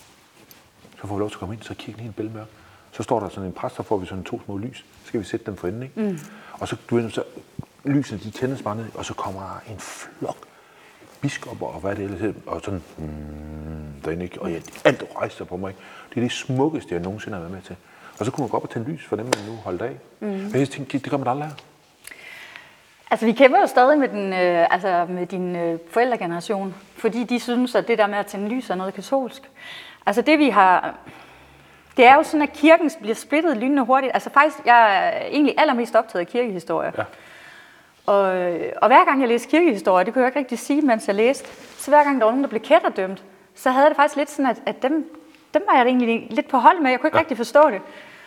så får vi lov til at komme ind, så er kirken helt bælmørk. Så står der sådan en præst, så får vi sådan to små lys. Så skal vi sætte dem for enden, ikke? Mm. Og så, du ved, så lysene, de tændes bare ned, og så kommer der en flok biskopper og hvad det ellers hedder, og sådan, mm, derinde, ikke? Og ja, alt rejste sig på mig, ikke? Det er det smukkeste, jeg nogensinde har været med til. Og så kunne man gå op og tænde lys for dem, man nu holdt af. Mm. Og jeg tænkte, det kan man aldrig lære. Altså, vi kæmper jo stadig med, den, øh, altså, med din øh, forældregeneration, fordi de synes, at det der med at tænde lys er noget katolsk. Altså, det vi har... Det er jo sådan, at kirken bliver splittet lynende hurtigt. Altså faktisk, jeg er egentlig allermest optaget af kirkehistorie. Ja. Og, og hver gang jeg læste kirkehistorie, det kunne jeg ikke rigtig sige, mens jeg læste, så hver gang der var nogen, der blev kætterdømt, så havde det faktisk lidt sådan, at, at dem, dem var jeg egentlig lidt på hold med. Jeg kunne ikke ja. rigtig forstå det.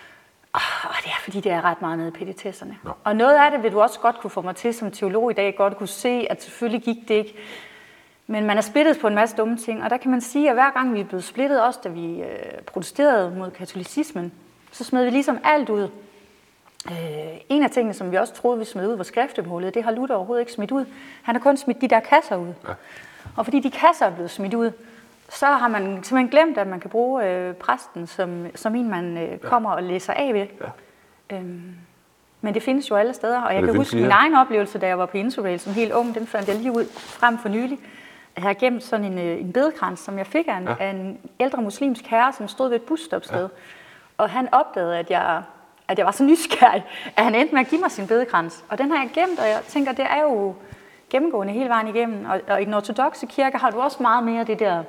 Og det er fordi, det er ret meget nede i petitesserne. No. Og noget af det vil du også godt kunne få mig til som teolog i dag, godt kunne se, at selvfølgelig gik det ikke. Men man er splittet på en masse dumme ting, og der kan man sige, at hver gang vi er blevet splittet, også da vi øh, protesterede mod katolicismen, så smed vi ligesom alt ud. Øh, en af tingene, som vi også troede, vi smed ud, var skriftemålet. Det har Luther overhovedet ikke smidt ud. Han har kun smidt de der kasser ud. Ja. Og fordi de kasser er blevet smidt ud, så har man simpelthen glemt, at man kan bruge øh, præsten som, som en, man øh, kommer ja. og læser af ved. Ja. Øhm, men det findes jo alle steder, og jeg kan huske min egen oplevelse, da jeg var på Interrail som helt ung, den fandt jeg lige ud frem for nylig. Jeg havde gemt sådan en, en bedekrans, som jeg fik af en, ja. af en ældre muslimsk herre, som stod ved et busstopsted. Ja. Og han opdagede, at jeg, at jeg var så nysgerrig, at han endte med at give mig sin bedekrans. Og den har jeg gemt, og jeg tænker, det er jo gennemgående hele vejen igennem. Og, og i den ortodokse kirke har du også meget mere det der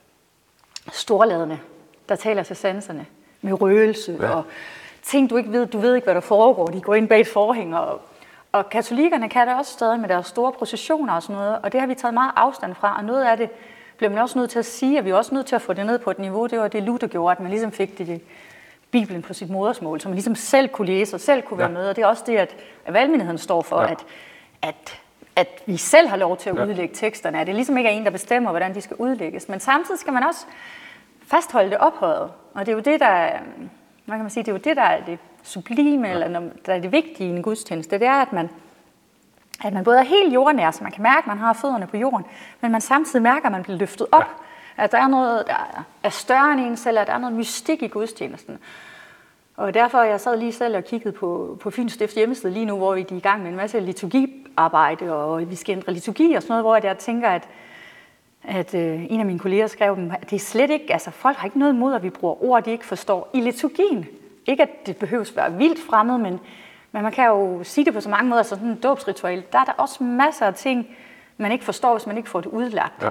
storladende, der taler til sanserne, med røgelse ja. og ting, du ikke ved, du ved ikke, hvad der foregår. De går ind bag et forhæng, og, og katolikkerne kan det også stadig med deres store processioner og sådan noget, og det har vi taget meget afstand fra, og noget af det bliver man også nødt til at sige, at vi er også nødt til at få det ned på et niveau. Det var det, Luther gjorde, at man ligesom fik det, det Bibelen på sit modersmål, så man ligesom selv kunne læse og selv kunne være ja. med, og det er også det, at, at valgmenigheden står for, ja. at, at, at vi selv har lov til at ja. udlægge teksterne, at det ligesom ikke er en, der bestemmer, hvordan de skal udlægges, men samtidig skal man også fastholde det ophøjet, og det er jo det, der, hvad kan man sige, det er jo det, der er det sublime, ja. eller der er det vigtige i en gudstjeneste, det er, at man, at man både er helt jordnær, så man kan mærke, at man har fødderne på jorden, men man samtidig mærker, at man bliver løftet op, ja. at der er noget, der er større end en selv, at der er noget mystik i gudstjenesten. Og derfor jeg sad lige selv og kiggede på, på Fyns Stift hjemmeside lige nu, hvor vi er i gang med en masse liturgiarbejde, og vi skal ændre liturgi og sådan noget, hvor jeg tænker, at at øh, en af mine kolleger skrev dem, at det er slet ikke, altså folk har ikke noget imod, at vi bruger ord, de ikke forstår i liturgien. Ikke at det behøves være vildt fremmed, men, men man kan jo sige det på så mange måder, så sådan en dåbsritual, der er der også masser af ting, man ikke forstår, hvis man ikke får det udlagt. Ja.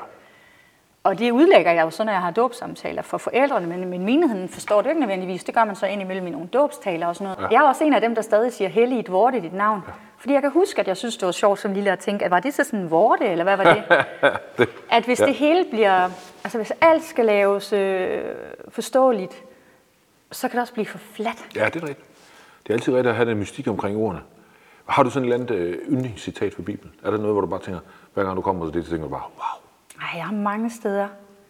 Og det udlægger jeg jo så, når jeg har dåbssamtaler for forældrene, men, men menigheden forstår det ikke nødvendigvis. Det gør man så indimellem i nogle dåbstaler og sådan noget. Ja. Jeg er også en af dem, der stadig siger helligt vorte i dit navn. Ja. Fordi jeg kan huske, at jeg synes, det var sjovt som lille at tænke, at var det så sådan en vorte, eller hvad var det? det at hvis ja. det hele bliver, altså hvis alt skal laves øh, forståeligt, så kan det også blive for fladt. Ja, det er rigtigt. Det er altid rigtigt at have den mystik omkring ordene. Har du sådan et eller andet øh, yndlingscitat fra Bibelen? Er der noget, hvor du bare tænker, hver gang du kommer til det, så tænker du bare, wow. Nej, jeg har mange steder.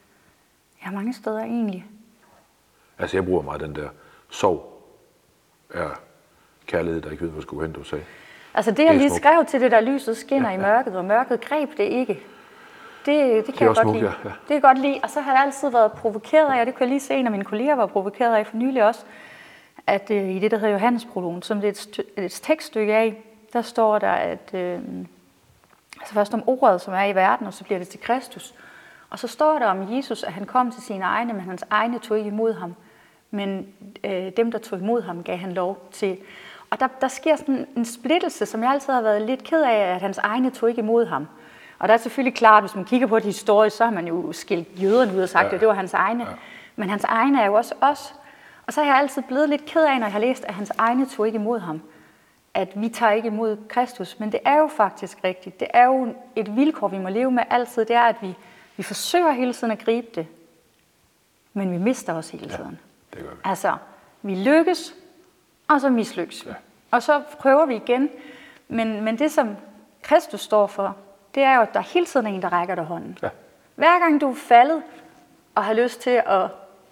Jeg har mange steder egentlig. Altså, jeg bruger meget den der, sov er kærlighed, der ikke ved, hvad skulle hen, du sagde. Altså, det jeg lige skrev til det der lyset skinner ja, ja. i mørket, og mørket greb det ikke. Det, det kan det jeg godt smuk, lide. Ja, ja. Det kan jeg godt lide. Og så har jeg altid været provokeret af, og det kunne jeg lige se, en af mine kolleger var provokeret af for nylig også, at øh, i det, der hedder Johannesprologen, som det er et, st- et tekststykke af, der står der, at øh, altså først om ordet, som er i verden, og så bliver det til Kristus. Og så står der om Jesus, at han kom til sine egne, men hans egne tog ikke imod ham. Men øh, dem, der tog imod ham, gav han lov til. Og der, der sker sådan en splittelse, som jeg altid har været lidt ked af, at hans egne tog ikke imod ham. Og der er selvfølgelig klart, hvis man kigger på det historisk, så har man jo skilt jøderne ud og sagt, ja. at det var hans egne. Ja. Men hans egne er jo også os. Og så har jeg altid blevet lidt ked af, når jeg har læst, at hans egne tog ikke imod ham. At vi tager ikke imod Kristus. Men det er jo faktisk rigtigt. Det er jo et vilkår, vi må leve med altid. Det er, at vi, vi forsøger hele tiden at gribe det. Men vi mister også hele tiden. Ja, det gør vi. Altså, vi lykkes, og så mislykkes vi. Ja. Og så prøver vi igen. Men, men det, som Kristus står for, det er jo, at der hele tiden er en, der rækker dig hånden. Ja. Hver gang du er faldet og har lyst til at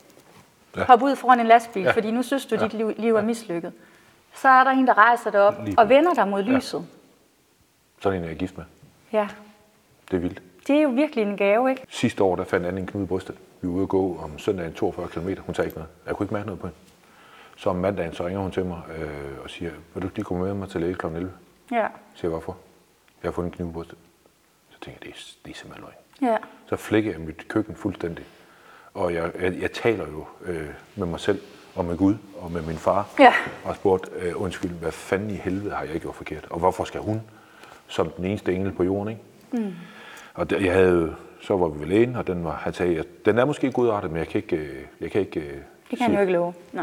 ja. hoppe ud foran en lastbil, ja. fordi nu synes du, at dit liv, liv er mislykket, så er der en, der rejser dig op og vender dig mod lyset. Ja. Sådan en er jeg gift med. Ja. Det er vildt. Det er jo virkelig en gave, ikke? Sidste år, der fandt Anne en knude i brystet. Vi var ude at gå om søndagen toogfyrre kilometer. Hun sagde ikke noget. Jeg kunne ikke mærke noget på hende. Så om mandagen, så ringer hun til mig øh, og siger, vil du ikke lige komme med mig til læge klokken elleve? Ja. Så siger jeg, hvorfor? Jeg har fundet en kniv i brystet. Så tænker jeg, det er, det er simpelthen løgn. Ja. Så flækker jeg mit køkken fuldstændig. Og jeg, jeg, jeg taler jo øh, med mig selv og med Gud og med min far. Ja. Og spurgt, øh, undskyld, hvad fanden i helvede har jeg gjort forkert? Og hvorfor skal hun, som den eneste engel på jorden, ikke? Mm. Og der, jeg havde, så var vi ved lægen, og den var, han sagde, at den er måske godartet, men jeg kan ikke, jeg kan ikke, Det kan han jo ikke love. Nej.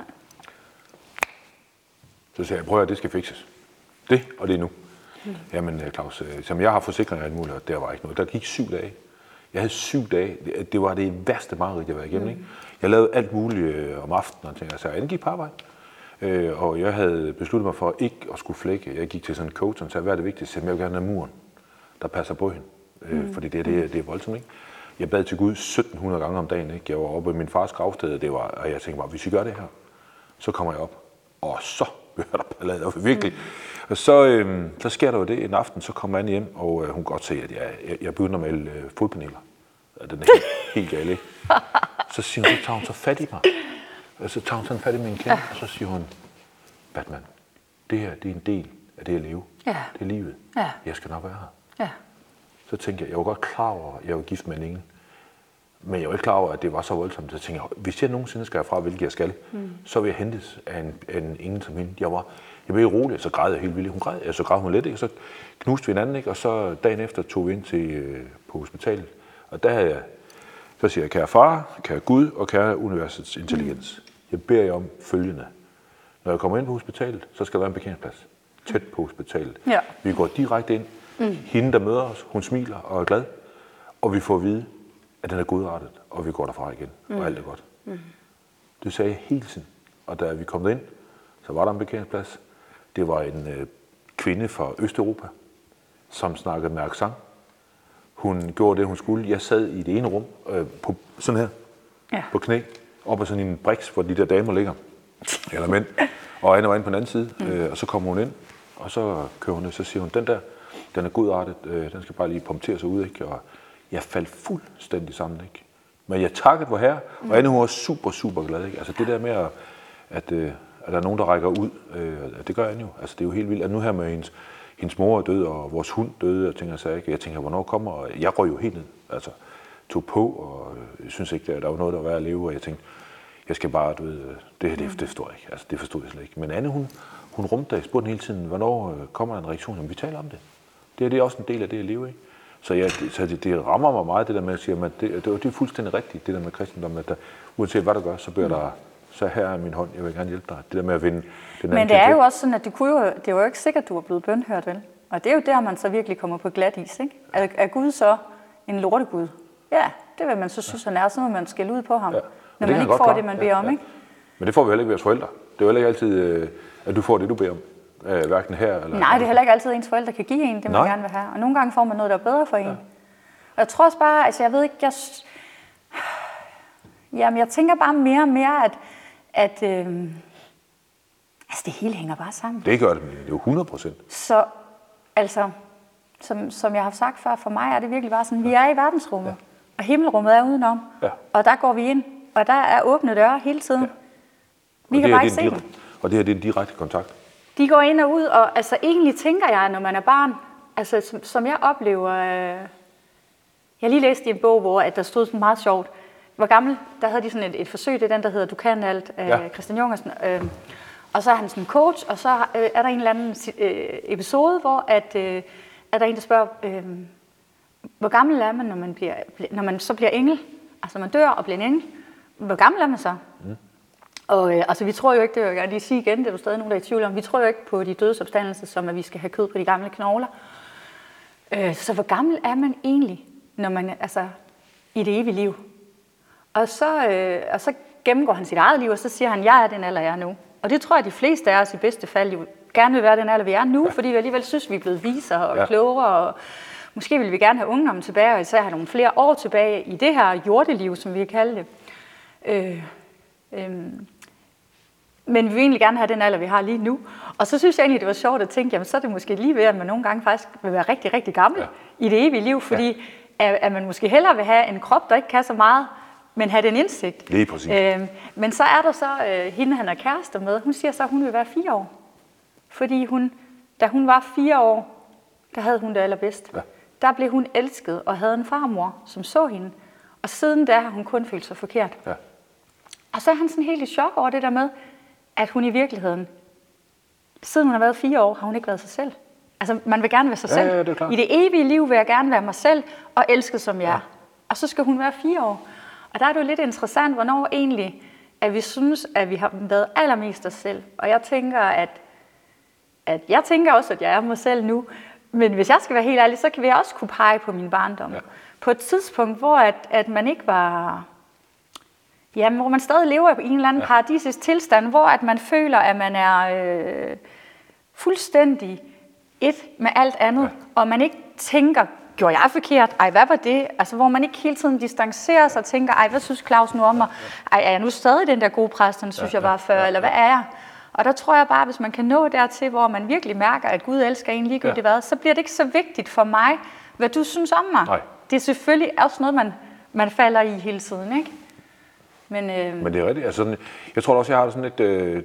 Så sagde jeg, prøv at det skal fikses. Det, og det er nu. Mm. Jamen, Claus, som jeg har forsikringer af en mulighed, der var ikke noget. Der gik syv dage. Jeg havde syv dage. Det var det værste mareridt, jeg var igennem. Mm. Ikke? Jeg lavede alt muligt om aftenen, og tænkte, så jeg gik på arbejde. Øh, og jeg havde besluttet mig for ikke at skulle flække. Jeg gik til sådan en coach, og sagde, hvad er det vigtigste? Jeg vil gerne have muren, der passer på hende. Øh, mm. Fordi det, det, det er voldsomt, ikke? Jeg bad til Gud sytten hundrede gange om dagen. Ikke? Jeg var oppe i min fars gravsted, og, det var, og jeg tænkte bare, hvis vi gør det her, så kommer jeg op. Og så hører der ballade op, virkelig. Mm. Og så, øh, så sker der jo det en aften, så kommer jeg hjem, og øh, hun kan godt se, at jeg, jeg, jeg begynder at male øh, fodpaneler. Den er helt, helt gal, ikke? Så siger hun, så tager hun så fat i mig. Og så tager hun sådan fat i min kæde, ja. Og så siger hun, Batman, det her, det er en del af det at leve. Ja. Det er livet. Ja. Jeg skal nok være her. Ja. Så tænkte jeg, jeg var godt klar over, at jeg var gift med en engel. Men jeg var ikke klar over, at det var så voldsomt. Så tænkte jeg, hvis jeg nogensinde skal herfra, hvilket jeg skal, mm. så vil jeg hentes af en, af en engel som hende. Jeg var, jeg blev rolig, så græd jeg helt vildt. Hun græd, så græd hun lidt, ikke? Og så knuste vi hinanden, ikke? Og så dagen efter tog vi ind til, øh, på hospitalet. Og der havde jeg, så siger jeg, kære far, kære Gud og kære universets intelligens. Mm. Jeg beder jer om følgende. Når jeg kommer ind på hospitalet, så skal der være en parkeringsplads. Tæt på hospitalet. Ja. Vi går direkte ind. Mm. Hende, der møder os, hun smiler og er glad. Og vi får at vide, at den er godrettet, og vi går derfra igen. Mm. Og alt er godt. Mm. Det sagde jeg hele tiden. Og da vi kom ind, så var der en parkeringsplads. Det var en øh, kvinde fra Østeuropa, som snakkede med accent. Hun gjorde det, hun skulle. Jeg sad i det ene rum, øh, på, sådan her, ja. På knæ, op ad sådan en briks, hvor de der damer ligger. Eller mænd. Og Anne var inde på den anden side, mm. øh, og så kommer hun ind, og så kører hun ned, så siger hun, den der, den er godartet, øh, den skal bare lige punktere sig ud, ikke? Og jeg faldt fuldstændig sammen, ikke? Men jeg takkede vor Herre, mm. og Anne hun var super, super glad, ikke? Altså det der med, at, at, øh, at der er nogen, der rækker ud, øh, det gør Anne jo. Altså det er jo helt vildt, at nu her med hendes, hendes mor er død, og vores hund døde, og tænker sig ikke. Jeg tænker, hvornår kommer, og jeg røg jo helt ned, altså tog på, og jeg synes ikke, der var noget, der var at leve, og jeg tænkte, jeg skal bare, du ved, det her, det, det forstår jeg ikke. Altså, det forstod jeg slet ikke. Men Anne, hun, hun rumte, jeg spurgte hele tiden, hvornår kommer der en reaktion, om vi taler om det. Det er, det er også en del af det, jeg lever i. Så, jeg, det, så det, det rammer mig meget, det der med at sige, at det, det, det er fuldstændig rigtigt, det der med kristendom, at der, uanset hvad der gør, så bliver der, så her er min hånd, jeg vil gerne hjælpe dig. Det der med at vinde den. Men det er jo også sådan, at det, kunne jo, det var jo ikke sikkert, at du var blevet bønhørt, vel? Og det er jo der, man så virkelig kommer på glat is, ikke? Er, er Gud så en lortegud? Ja, det vil man så synes, han er, så må man skælde ud på ham. Ja. Når man ikke får klare. Det, man beder ja, om, ja. Ikke? Men det får vi heller ikke ved vores forældre. Det er jo heller ikke altid, at du får det, du beder om. Øh, hverken her eller... Nej, det er heller ikke altid, at ens forældre kan give en det, man Nej. Gerne vil have. Og nogle gange får man noget, der er bedre for en. Ja. Og jeg tror også bare, altså jeg ved ikke, jeg... Jamen, jeg tænker bare mere og mere, at... at øh... altså, det hele hænger bare sammen. Det gør det, det er jo hundrede procent. Så, altså, som, som jeg har sagt før, for mig er det virkelig bare sådan, ja. Vi er i verdensrummet. Ja. Og himmelrummet er udenom, ja. Og der går vi ind, og der er åbne døre hele tiden. Ja. Vi kan bare ikke se dem. Og det her det er en direkte kontakt. De går ind og ud, og altså egentlig tænker jeg, når man er barn, altså som, som jeg oplever, øh, jeg har lige læst i en bog, hvor at der stod sådan meget sjovt, hvor gammel, der havde de sådan et, et forsøg, det er den, der hedder Du kan alt, af ja. Christian Jungersen, øh, og så er han sådan en coach, og så øh, er der en eller anden øh, episode, hvor at, øh, er der en, der spørger, øh, hvor gammel er man, når man, bliver, når man så bliver engel? Altså man dør og bliver en engel. Hvor gammel er man så? Mm. Og øh, altså vi tror jo ikke, det vil jeg gerne lige sige igen, det er jo stadig nogen, der er i tvivl om, vi tror jo ikke på de dødes opstandelse, som at vi skal have kød på de gamle knogler. Øh, så hvor gammel er man egentlig, når man altså i det evige liv? Og så, øh, og så gennemgår han sit eget liv, og så siger han, jeg er den alder, jeg er nu. Og det tror jeg, de fleste af os i bedste fald jo gerne vil være den alder, vi er nu, ja. Fordi vi alligevel synes, vi er blevet visere og ja. Klogere, og måske vil vi gerne have ungdommen tilbage, og især have nogle flere år tilbage i det her jordeliv, som vi kan kalde det. Øh, øh, men vi vil egentlig gerne have den alder, vi har lige nu. Og så synes jeg egentlig, det var sjovt at tænke, jamen så er det måske lige ved, at man nogle gange faktisk vil være rigtig, rigtig gammel ja. I det evige liv, fordi ja. at, at man måske hellere vil have en krop, der ikke kan så meget, men have den indsigt. Lige præcis. Øh, men så er der så øh, hende, han er kærester med, hun siger så, at hun vil være fire år. Fordi hun, da hun var fire år, der havde hun det allerbedst. Ja. Der blev hun elsket og havde en farmor, som så hende. Og siden da har hun kun følt sig forkert. Ja. Og så er han sådan helt i chok over det der med, at hun i virkeligheden, siden hun har været fire år, har hun ikke været sig selv. Altså, man vil gerne være sig ja, selv. Ja, det er klart. I det evige liv vil jeg gerne være mig selv og elsket som jeg er. Ja. Og så skal hun være fire år. Og der er det jo lidt interessant, hvornår egentlig, at vi synes, at vi har været allermest os selv. Og jeg tænker, at, at jeg tænker også, at jeg er mig selv nu. Men hvis jeg skal være helt ærlig, så kan vi også kunne pege på min barndom. Ja. På et tidspunkt, hvor at, at man ikke var... Jamen, hvor man stadig lever i en eller anden ja. paradisisk tilstand, hvor at man føler, at man er øh, fuldstændig et med alt andet, ja. og man ikke tænker, gjorde jeg forkert? Ej, hvad var det? Altså, hvor man ikke hele tiden distancerer sig og tænker, ej, hvad synes Claus nu om mig? Ej, er jeg nu stadig den der gode præst, den synes ja, jeg var før, ja, eller hvad er jeg? Og der tror jeg bare, hvis man kan nå dertil, hvor man virkelig mærker, at Gud elsker en ligegyldigt ja. hvad, så bliver det ikke så vigtigt for mig, hvad du synes om mig. Nej. Det er selvfølgelig også noget, man, man falder i hele tiden, ikke? Men, øh... Men det er rigtigt. Altså, jeg tror også, jeg har sådan et... Øh...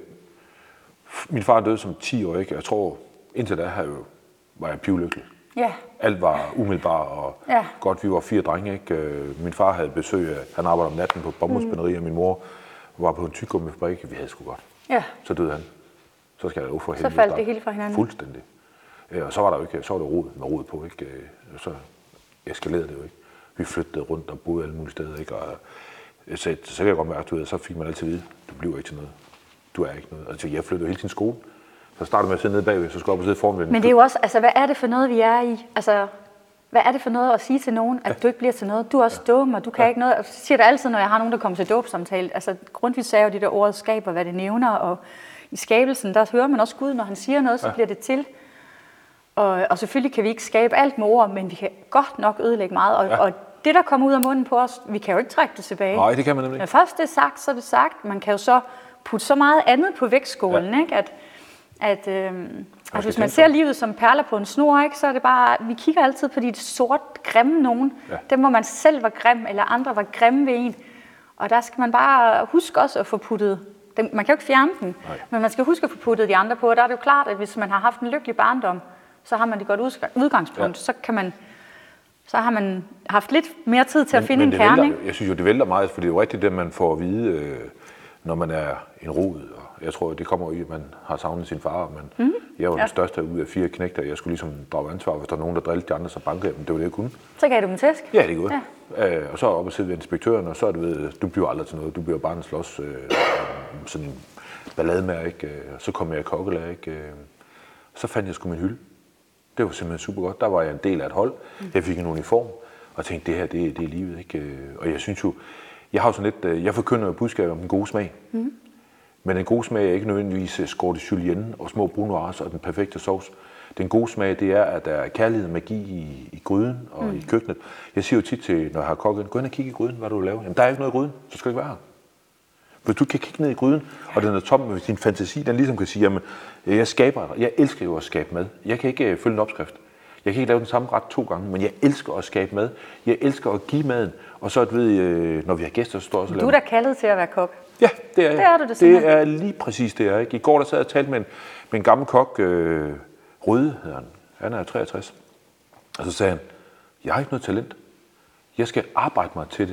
Min far døde som ti år, ikke? Jeg tror, indtil da jeg jo, var jeg pivlykkelig. Ja. Alt var umiddelbart og ja. godt. Vi var fire drenge, ikke? Min far havde besøg af... Han arbejdede om natten på bomuldsspænderi, mm. og min mor var på en tykgummifabrik. Vi havde sgu godt. Ja. Så døde han. Så skal jeg jo for helvede. Så faldt det hele fra hinanden. Fuldstændig. Og så var der jo ikke... Så var der rod med rod på, ikke? Så eskalerede det jo ikke. Vi flyttede rundt og boede alle mulige steder, ikke? Og Så, så kan jeg godt mærke, at så fik man altid at vide, du bliver ikke til noget. Du er ikke noget. Altså, jeg flyttede hele sin skole. Så startede med at sidde nede bagved, så skulle jeg op og sidde foran ved. Men det er jo også, altså, hvad er det for noget, vi er i? Altså, hvad er det for noget at sige til nogen, at ja. du ikke bliver til noget? Du er også ja. dum, og du kan ja. ikke noget. Og så siger det altid, når jeg har nogen, der kommer til dåbsamtale. Altså, Grundtvig sagde jo, de der ord skaber, hvad det nævner, og i skabelsen, der hører man også Gud, når han siger noget, så ja. bliver det til. Og, og selvfølgelig kan vi ikke skabe alt med ord, men vi kan godt nok ødelægge meget. Og, ja. og det, der kommer ud af munden på os, vi kan jo ikke trække det tilbage. Nej, det kan man nemlig ikke. Når først det er sagt, så er det sagt. Man kan jo så putte så meget andet på vægtskålen, ja. ikke? At, at, øh, at hvis man ser livet som perler på en snor, ikke, så er det bare, vi kigger altid på de sort, grimme nogen. Ja. Dem, hvor man selv var grim, eller andre var grimme ved en. Og der skal man bare huske også at få puttet, dem, man kan jo ikke fjerne dem, Nej. men man skal huske at få puttet de andre på. Og der er det jo klart, at hvis man har haft en lykkelig barndom, så har man det godt udgangspunkt. Ja. Så kan man... Så har man haft lidt mere tid til men, at finde en kerne. Vælter, jeg synes jo, det vælter meget, for det er jo rigtigt det, man får at vide, øh, når man er en rod. Og jeg tror, det kommer i, at man har savnet sin far. Men mm. jeg var ja. den største ud af fire knægter. Jeg skulle ligesom drage ansvar, hvis der var nogen, der drillede de andre, så bankede jeg dem. Det var det, jeg kunne. Så gav du dem tæsk? Ja, det gjorde ja. øh, Og så op og sidde ved inspektøren, og så er det ved, du bliver aldrig til noget. Du bliver bare en slås, øh, sådan en ballade med, ikke? Så kom jeg i kokkelærer, ikke? Så fandt jeg sgu min hylde. Det var simpelthen super godt. Der var jeg en del af et hold. Jeg fik en uniform, og tænkte, det her, det, det er livet, ikke? Og jeg synes jo, jeg har jo sådan lidt, jeg forkynder jo budskabet om den gode smag. Mm. Men den gode smag er ikke nødvendigvis skåret i julienne og små brunoise og den perfekte sovs. Den gode smag, det er, at der er kærlighed og magi i, i gryden og mm. i køkkenet. Jeg siger jo tit til, når jeg har kokket, gå ind og kigge i gryden, hvad du laver. Jamen, der er ikke noget i gryden, så skal det ikke være her. Hvis du kan kigge ned i gryden, og den er tom med din fantasi, den ligesom kan sige, jamen, jeg skaber, jeg elsker jo at skabe mad. Jeg kan ikke følge en opskrift. Jeg kan ikke lave den samme ret to gange, men jeg elsker at skabe mad. Jeg elsker at give maden, og så at ved, når vi har gæster, så står også. Du er da kaldet til at være kok. Ja, det er jeg. Det er du det, det er lige præcis det er. Ikke? I går der sad jeg og talte med en, med en gammel kok, øh, Røde hedder han. Han er treogtres. Og så sagde han, jeg har ikke noget talent. Jeg skal arbejde mig til det.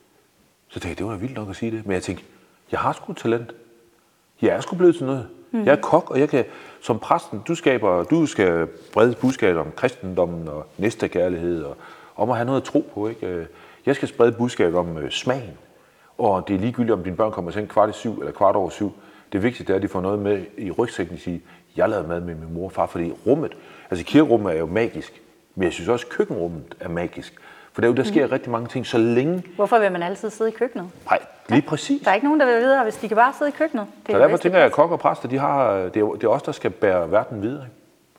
Så tænkte jeg, det var vildt nok at sige det, men jeg tænkte, jeg har sgu et talent. Jeg er sgu blevet til noget. Mm. Jeg er kok, og jeg kan, som præsten, du, skaber, du skal brede budskabet om kristendommen og næstekærlighed, og om at have noget at tro på. Ikke? Jeg skal sprede budskabet om uh, smagen, og det er ligegyldigt, om dine børn kommer til en kvart i syv eller kvart over syv. Det vigtigste er, at de får noget med i rygsækken og sige, jeg lavede mad med min mor og far, fordi rummet, altså kirkerummet er jo magisk, men jeg synes også, at køkkenrummet er magisk. For der, der sker mm. rigtig mange ting, så længe... Hvorfor vil man altid sidde i køkkenet? Nej, lige præcis. Der er ikke nogen, der vil vide, hvis de kan bare sidde i køkkenet. Det så derfor tænker jeg, at kok og præster, de har, det, er, det er os, der skal bære verden videre.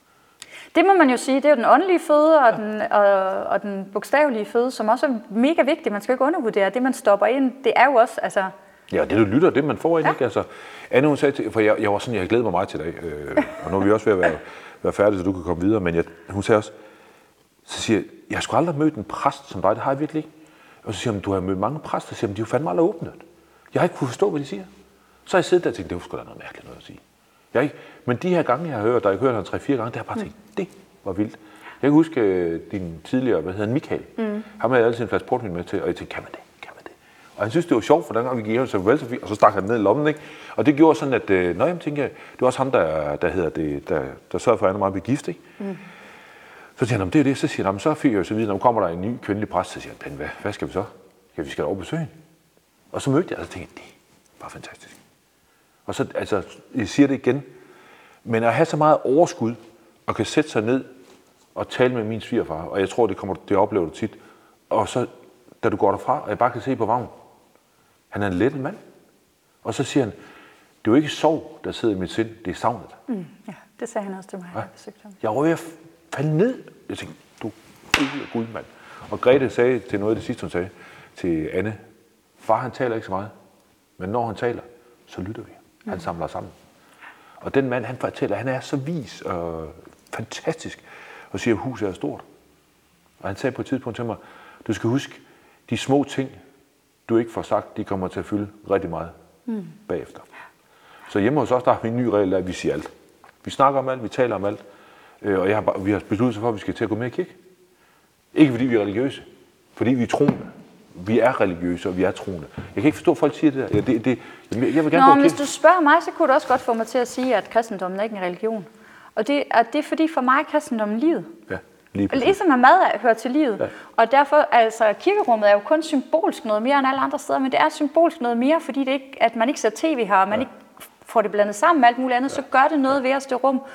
Det må man jo sige, det er jo den åndelige føde og, ja. den, og, og den bogstavelige føde, som også er mega vigtig. Man skal ikke undervurdere. Det, man stopper ind, det er jo også... Altså... Ja, det du lytter, det man får ind, ja. ikke? Altså, Anne, hun sagde til, for jeg, jeg var sådan, jeg glæder mig meget til i dag, øh, og nu er vi også ved at være, være færdige, så du kan komme videre, men jeg, hun sagde også, så siger jeg, jeg har sgu aldrig mødt en præst som dig, det har jeg virkelig ikke. Og så siger hun, du har mødt mange præster, så siger hun, de har fandme aldrig åbnet. Jeg har ikke kunnet forstå, hvad de siger. Så har jeg siddet der og tænkt, det var sgu da noget mærkeligt noget at sige. Jeg ikke, men de her gange, jeg har hørt, der jeg har hørt han tre-fire gange, der har jeg bare tænkt, mm. det var vildt. Jeg kan huske din tidligere, hvad hedder han, Michael. Mm. Han havde altid en flaske portvin med til, og jeg tænkte, kan man det? Kan man det? Og han synes, det var sjovt, for den gang vi gik hjem, så vel så fint, og så stak han ned i lommen, ikke? Og det gjorde sådan, at, øh, når jeg tænker, det var også ham, der, der hedder det, der, der sørger for, at han er meget begift, ikke? Mm. Så siger han, det er det. Så siger han, så fik jeg jo så videre, når kommer der en ny kvindelig præst, så siger han, hvad, hvad skal vi så? Ja, vi skal da over besøge. Og så mødte jeg, og så tænkte jeg, det, Bare fantastisk. Og så, altså, jeg siger det igen, men at have så meget overskud, og kan sætte sig ned og tale med min svigerfar, og jeg tror, det kommer det oplever du tit, og så, da du går derfra, og jeg bare kan se på Vagn, han er en lettet mand. Og så siger han, det er jo ikke sorg, der sidder i mit sind, det er savnet. Mm, ja, det sagde han også til mig, ja. Jeg besøgte ham. Jeg var ved at falde ned. Jeg tænkte, du er gud, mand. Og Grete sagde til noget af det sidste, hun sagde til Anne, far han taler ikke så meget, men når han taler, så lytter vi. Han mm. samler sammen. Og den mand, han fortæller, han er så vis og fantastisk, og siger, at huset er stort. Og han sagde på et tidspunkt til mig, du skal huske, de små ting, du ikke får sagt, de kommer til at fylde rigtig meget mm. bagefter. Så hjemme hos os, der har vi en ny regel, at vi siger alt. Vi snakker om alt, vi taler om alt, og jeg har bare, vi har besluttet sig for, at vi skal til at gå med i kirke. Ikke fordi vi er religiøse, fordi vi er troende. Vi er religiøse, og vi er troende. Jeg kan ikke forstå, at folk siger det der. Det, det, jeg vil gerne Nå, gå men hvis du spørger mig, så kunne du også godt få mig til at sige, at kristendommen er ikke en religion. Og det, og det er fordi, for mig er kristendommen livet. Ja, lige præcis. Ligesom at mad hører til livet. Ja. Og derfor, altså, kirkerummet er jo kun symbolsk noget mere end alle andre steder, men det er symbolsk noget mere, fordi det ikke, at man ikke ser tv her, og man ja. ikke får det blandet sammen med alt muligt andet, ja. så gør det noget ved os, det rum.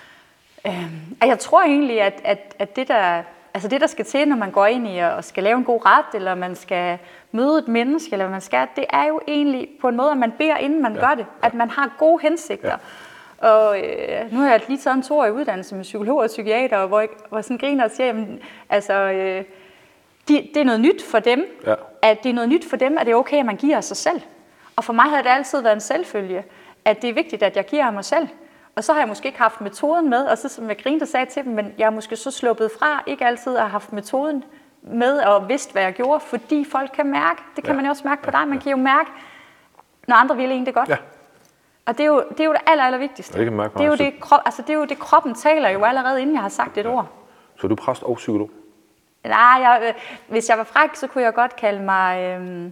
Øhm, og jeg tror egentlig, at, at, at det, der, altså det, der skal til, når man går ind i og skal lave en god ret, eller man skal møde et menneske, eller hvad man skal, det er jo egentlig på en måde, at man beder, inden man ja. gør det. At man har gode hensigter. Ja. Og øh, nu har jeg lige taget en toårig uddannelse med psykolog og psykiater, hvor jeg hvor sådan griner og siger, jamen, altså, øh, de, det er noget nyt for dem, ja. at det er noget nyt for dem, at det er okay, at man giver af sig selv. Og for mig har det altid været en selvfølge, at det er vigtigt, at jeg giver af mig selv. Og så har jeg måske ikke haft metoden med, og så som jeg grinte sagde til dem, men jeg er måske så sluppet fra, ikke altid at have haft metoden med og vidst, hvad jeg gjorde, fordi folk kan mærke, det kan ja. man jo også mærke på dig, man kan jo mærke, når andre vil en det godt. Ja. Og det er jo det, er jo det aller, aller vigtigste. Det, det, er jo det, krop, altså det er jo det, kroppen taler jo allerede, inden jeg har sagt et ja. ord. Så er du præst og psykolog? Nej, jeg, øh, hvis jeg var fræk, så kunne jeg godt kalde mig, øh,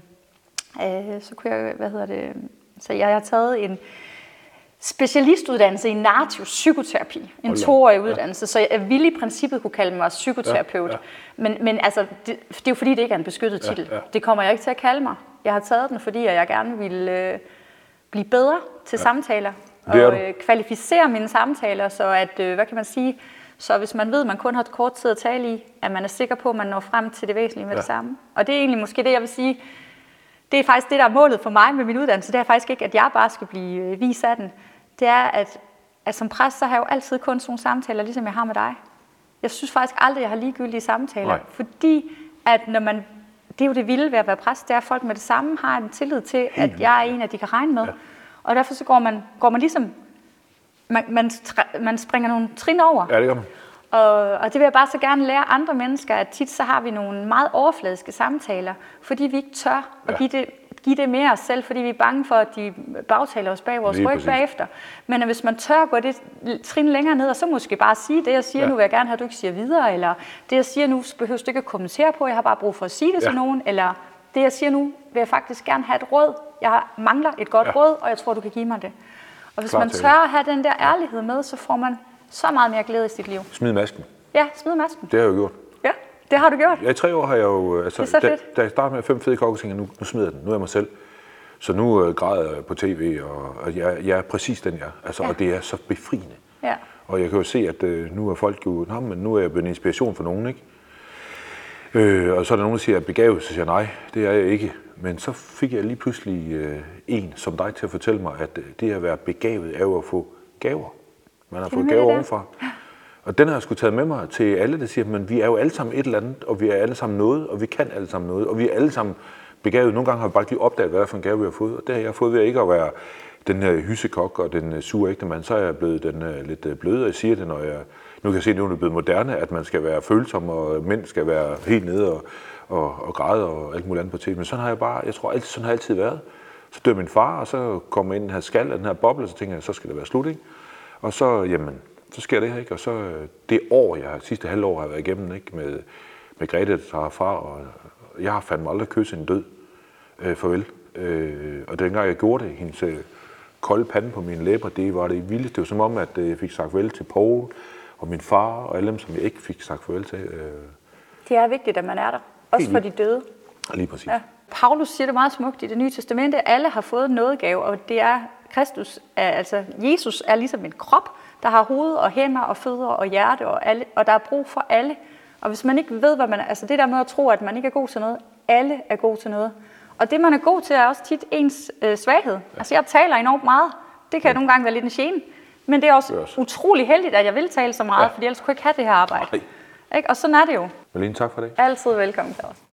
øh, så kunne jeg, hvad hedder det, så jeg, jeg har taget en specialistuddannelse i narrativ psykoterapi, en toårig uddannelse, ja. så jeg ville i princippet kunne kalde mig psykoterapeut. Ja, ja. Men, men altså, det, det er jo fordi, det ikke er en beskyttet titel. Ja, ja. Det kommer jeg ikke til at kalde mig. Jeg har taget den, fordi jeg gerne vil øh, blive bedre til ja. samtaler, og øh, kvalificere mine samtaler, så at, øh, hvad kan man sige, så hvis man ved, at man kun har et kort tid at tale i, at man er sikker på, at man når frem til det væsentlige med ja. det samme. Og det er egentlig måske det, jeg vil sige, det er faktisk det, der er målet for mig med min uddannelse. Det er faktisk ikke, at jeg bare skal blive vis af den. Det er, at, at som præst, så har jeg jo altid kun sådan nogle samtaler, ligesom jeg har med dig. Jeg synes faktisk aldrig, jeg har ligegyldige samtaler. Nej. Fordi, at når man, det er jo det vilde ved at være præst, det er, at folk med det samme har en tillid til, at jeg er en, at de kan regne med. Ja. Og derfor så går man, går man ligesom, man, man, man springer nogle trin over. Ja, det gør man. Og, og det vil jeg bare så gerne lære andre mennesker, at tit så har vi nogle meget overfladiske samtaler, fordi vi ikke tør at ja. give det give det mere os selv, fordi vi er bange for, at de bagtaler os bag vores ryg bagefter. Men hvis man tør gå det trin længere ned, og så måske bare sige, det jeg siger ja. nu vil jeg gerne have, at du ikke siger videre, eller det jeg siger nu behøver du ikke at kommentere på, jeg har bare brug for at sige det ja. til nogen, eller det jeg siger nu vil jeg faktisk gerne have et råd, jeg mangler et godt ja. råd, og jeg tror, du kan give mig det. Og hvis Klar man tør at have den der ærlighed med, så får man så meget mere glæde i sit liv. Smid masken. Ja, smid masken. Det har jeg jo gjort. Ja, det har du gjort. Ja, i tre år har jeg jo, altså, da, da jeg startede med fem fede kokke, tænkte jeg, nu, nu smider jeg den, nu er jeg mig selv. Så nu øh, græder jeg på tv, og, og jeg, jeg er præcis den, jeg er. Altså, ja. Og det er så befriende. Ja. Og jeg kan jo se, at øh, nu er folk jo, nå, men nu er jeg blevet en inspiration for nogen, ikke? Øh, og så er der nogen, der siger, at jeg er begavet, så siger jeg, nej, det er jeg ikke. Men så fik jeg lige pludselig øh, en som dig til at fortælle mig, at det at være begavet er jo at få gaver. Man har fået gaver ovenfra. Og den har jeg sgu taget med mig til alle, der siger, at vi er jo alle sammen et eller andet, og vi er alle sammen noget, og vi kan alle sammen noget, og vi er alle sammen begavet. Nogle gange har vi bare lige opdaget, hvad for en gave vi har fået, og det har jeg fået ved ikke at være den her hysekok og den sure ægte mand, så er jeg blevet den uh, lidt bløde, og jeg siger det, når jeg nu kan jeg se, at nu er det blevet moderne, at man skal være følsom, og mænd skal være helt nede og, og, og græde og alt muligt andet på tv. Men sådan har jeg bare, jeg tror altid, sådan har altid været. Så dør min far, og så kommer ind i den her skal, den her boble, og så tænker jeg, så skal det være slut, ikke? Og så, jamen, så sker det her, ikke? Og så det år, jeg sidste halvår har været igennem, ikke? Med, med Grete, der tager far, og jeg har fandme aldrig kysset en død. Øh, farvel. Øh, og dengang jeg gjorde det, hendes øh, kolde pande på mine læber, det var det vildeste. Det var som om, at øh, jeg fik sagt farvel til Poul og min far, og alle dem, som jeg ikke fik sagt farvel til. Øh. Det er vigtigt, at man er der. Også for de døde. Lige præcis. Ja. Paulus siger det meget smukt i Det Nye Testamente, alle har fået en nådegave, og det er Kristus, er, altså Jesus er ligesom en krop, der har hoved og hænder og fødder og hjerte, og, alle, og der er brug for alle. Og hvis man ikke ved, hvad man er, altså det der med at tro, at man ikke er god til noget, alle er god til noget. Og det, man er god til, er også tit ens øh, svaghed. Ja. Altså jeg taler enormt meget, det kan ja. nogle gange være lidt en gene, men det er også, det er også utrolig heldigt, at jeg vil tale så meget, ja. fordi ellers kunne jeg ikke have det her arbejde. Ikke? Og sådan er det jo. Malene, tak for det. Altid velkommen, Claus.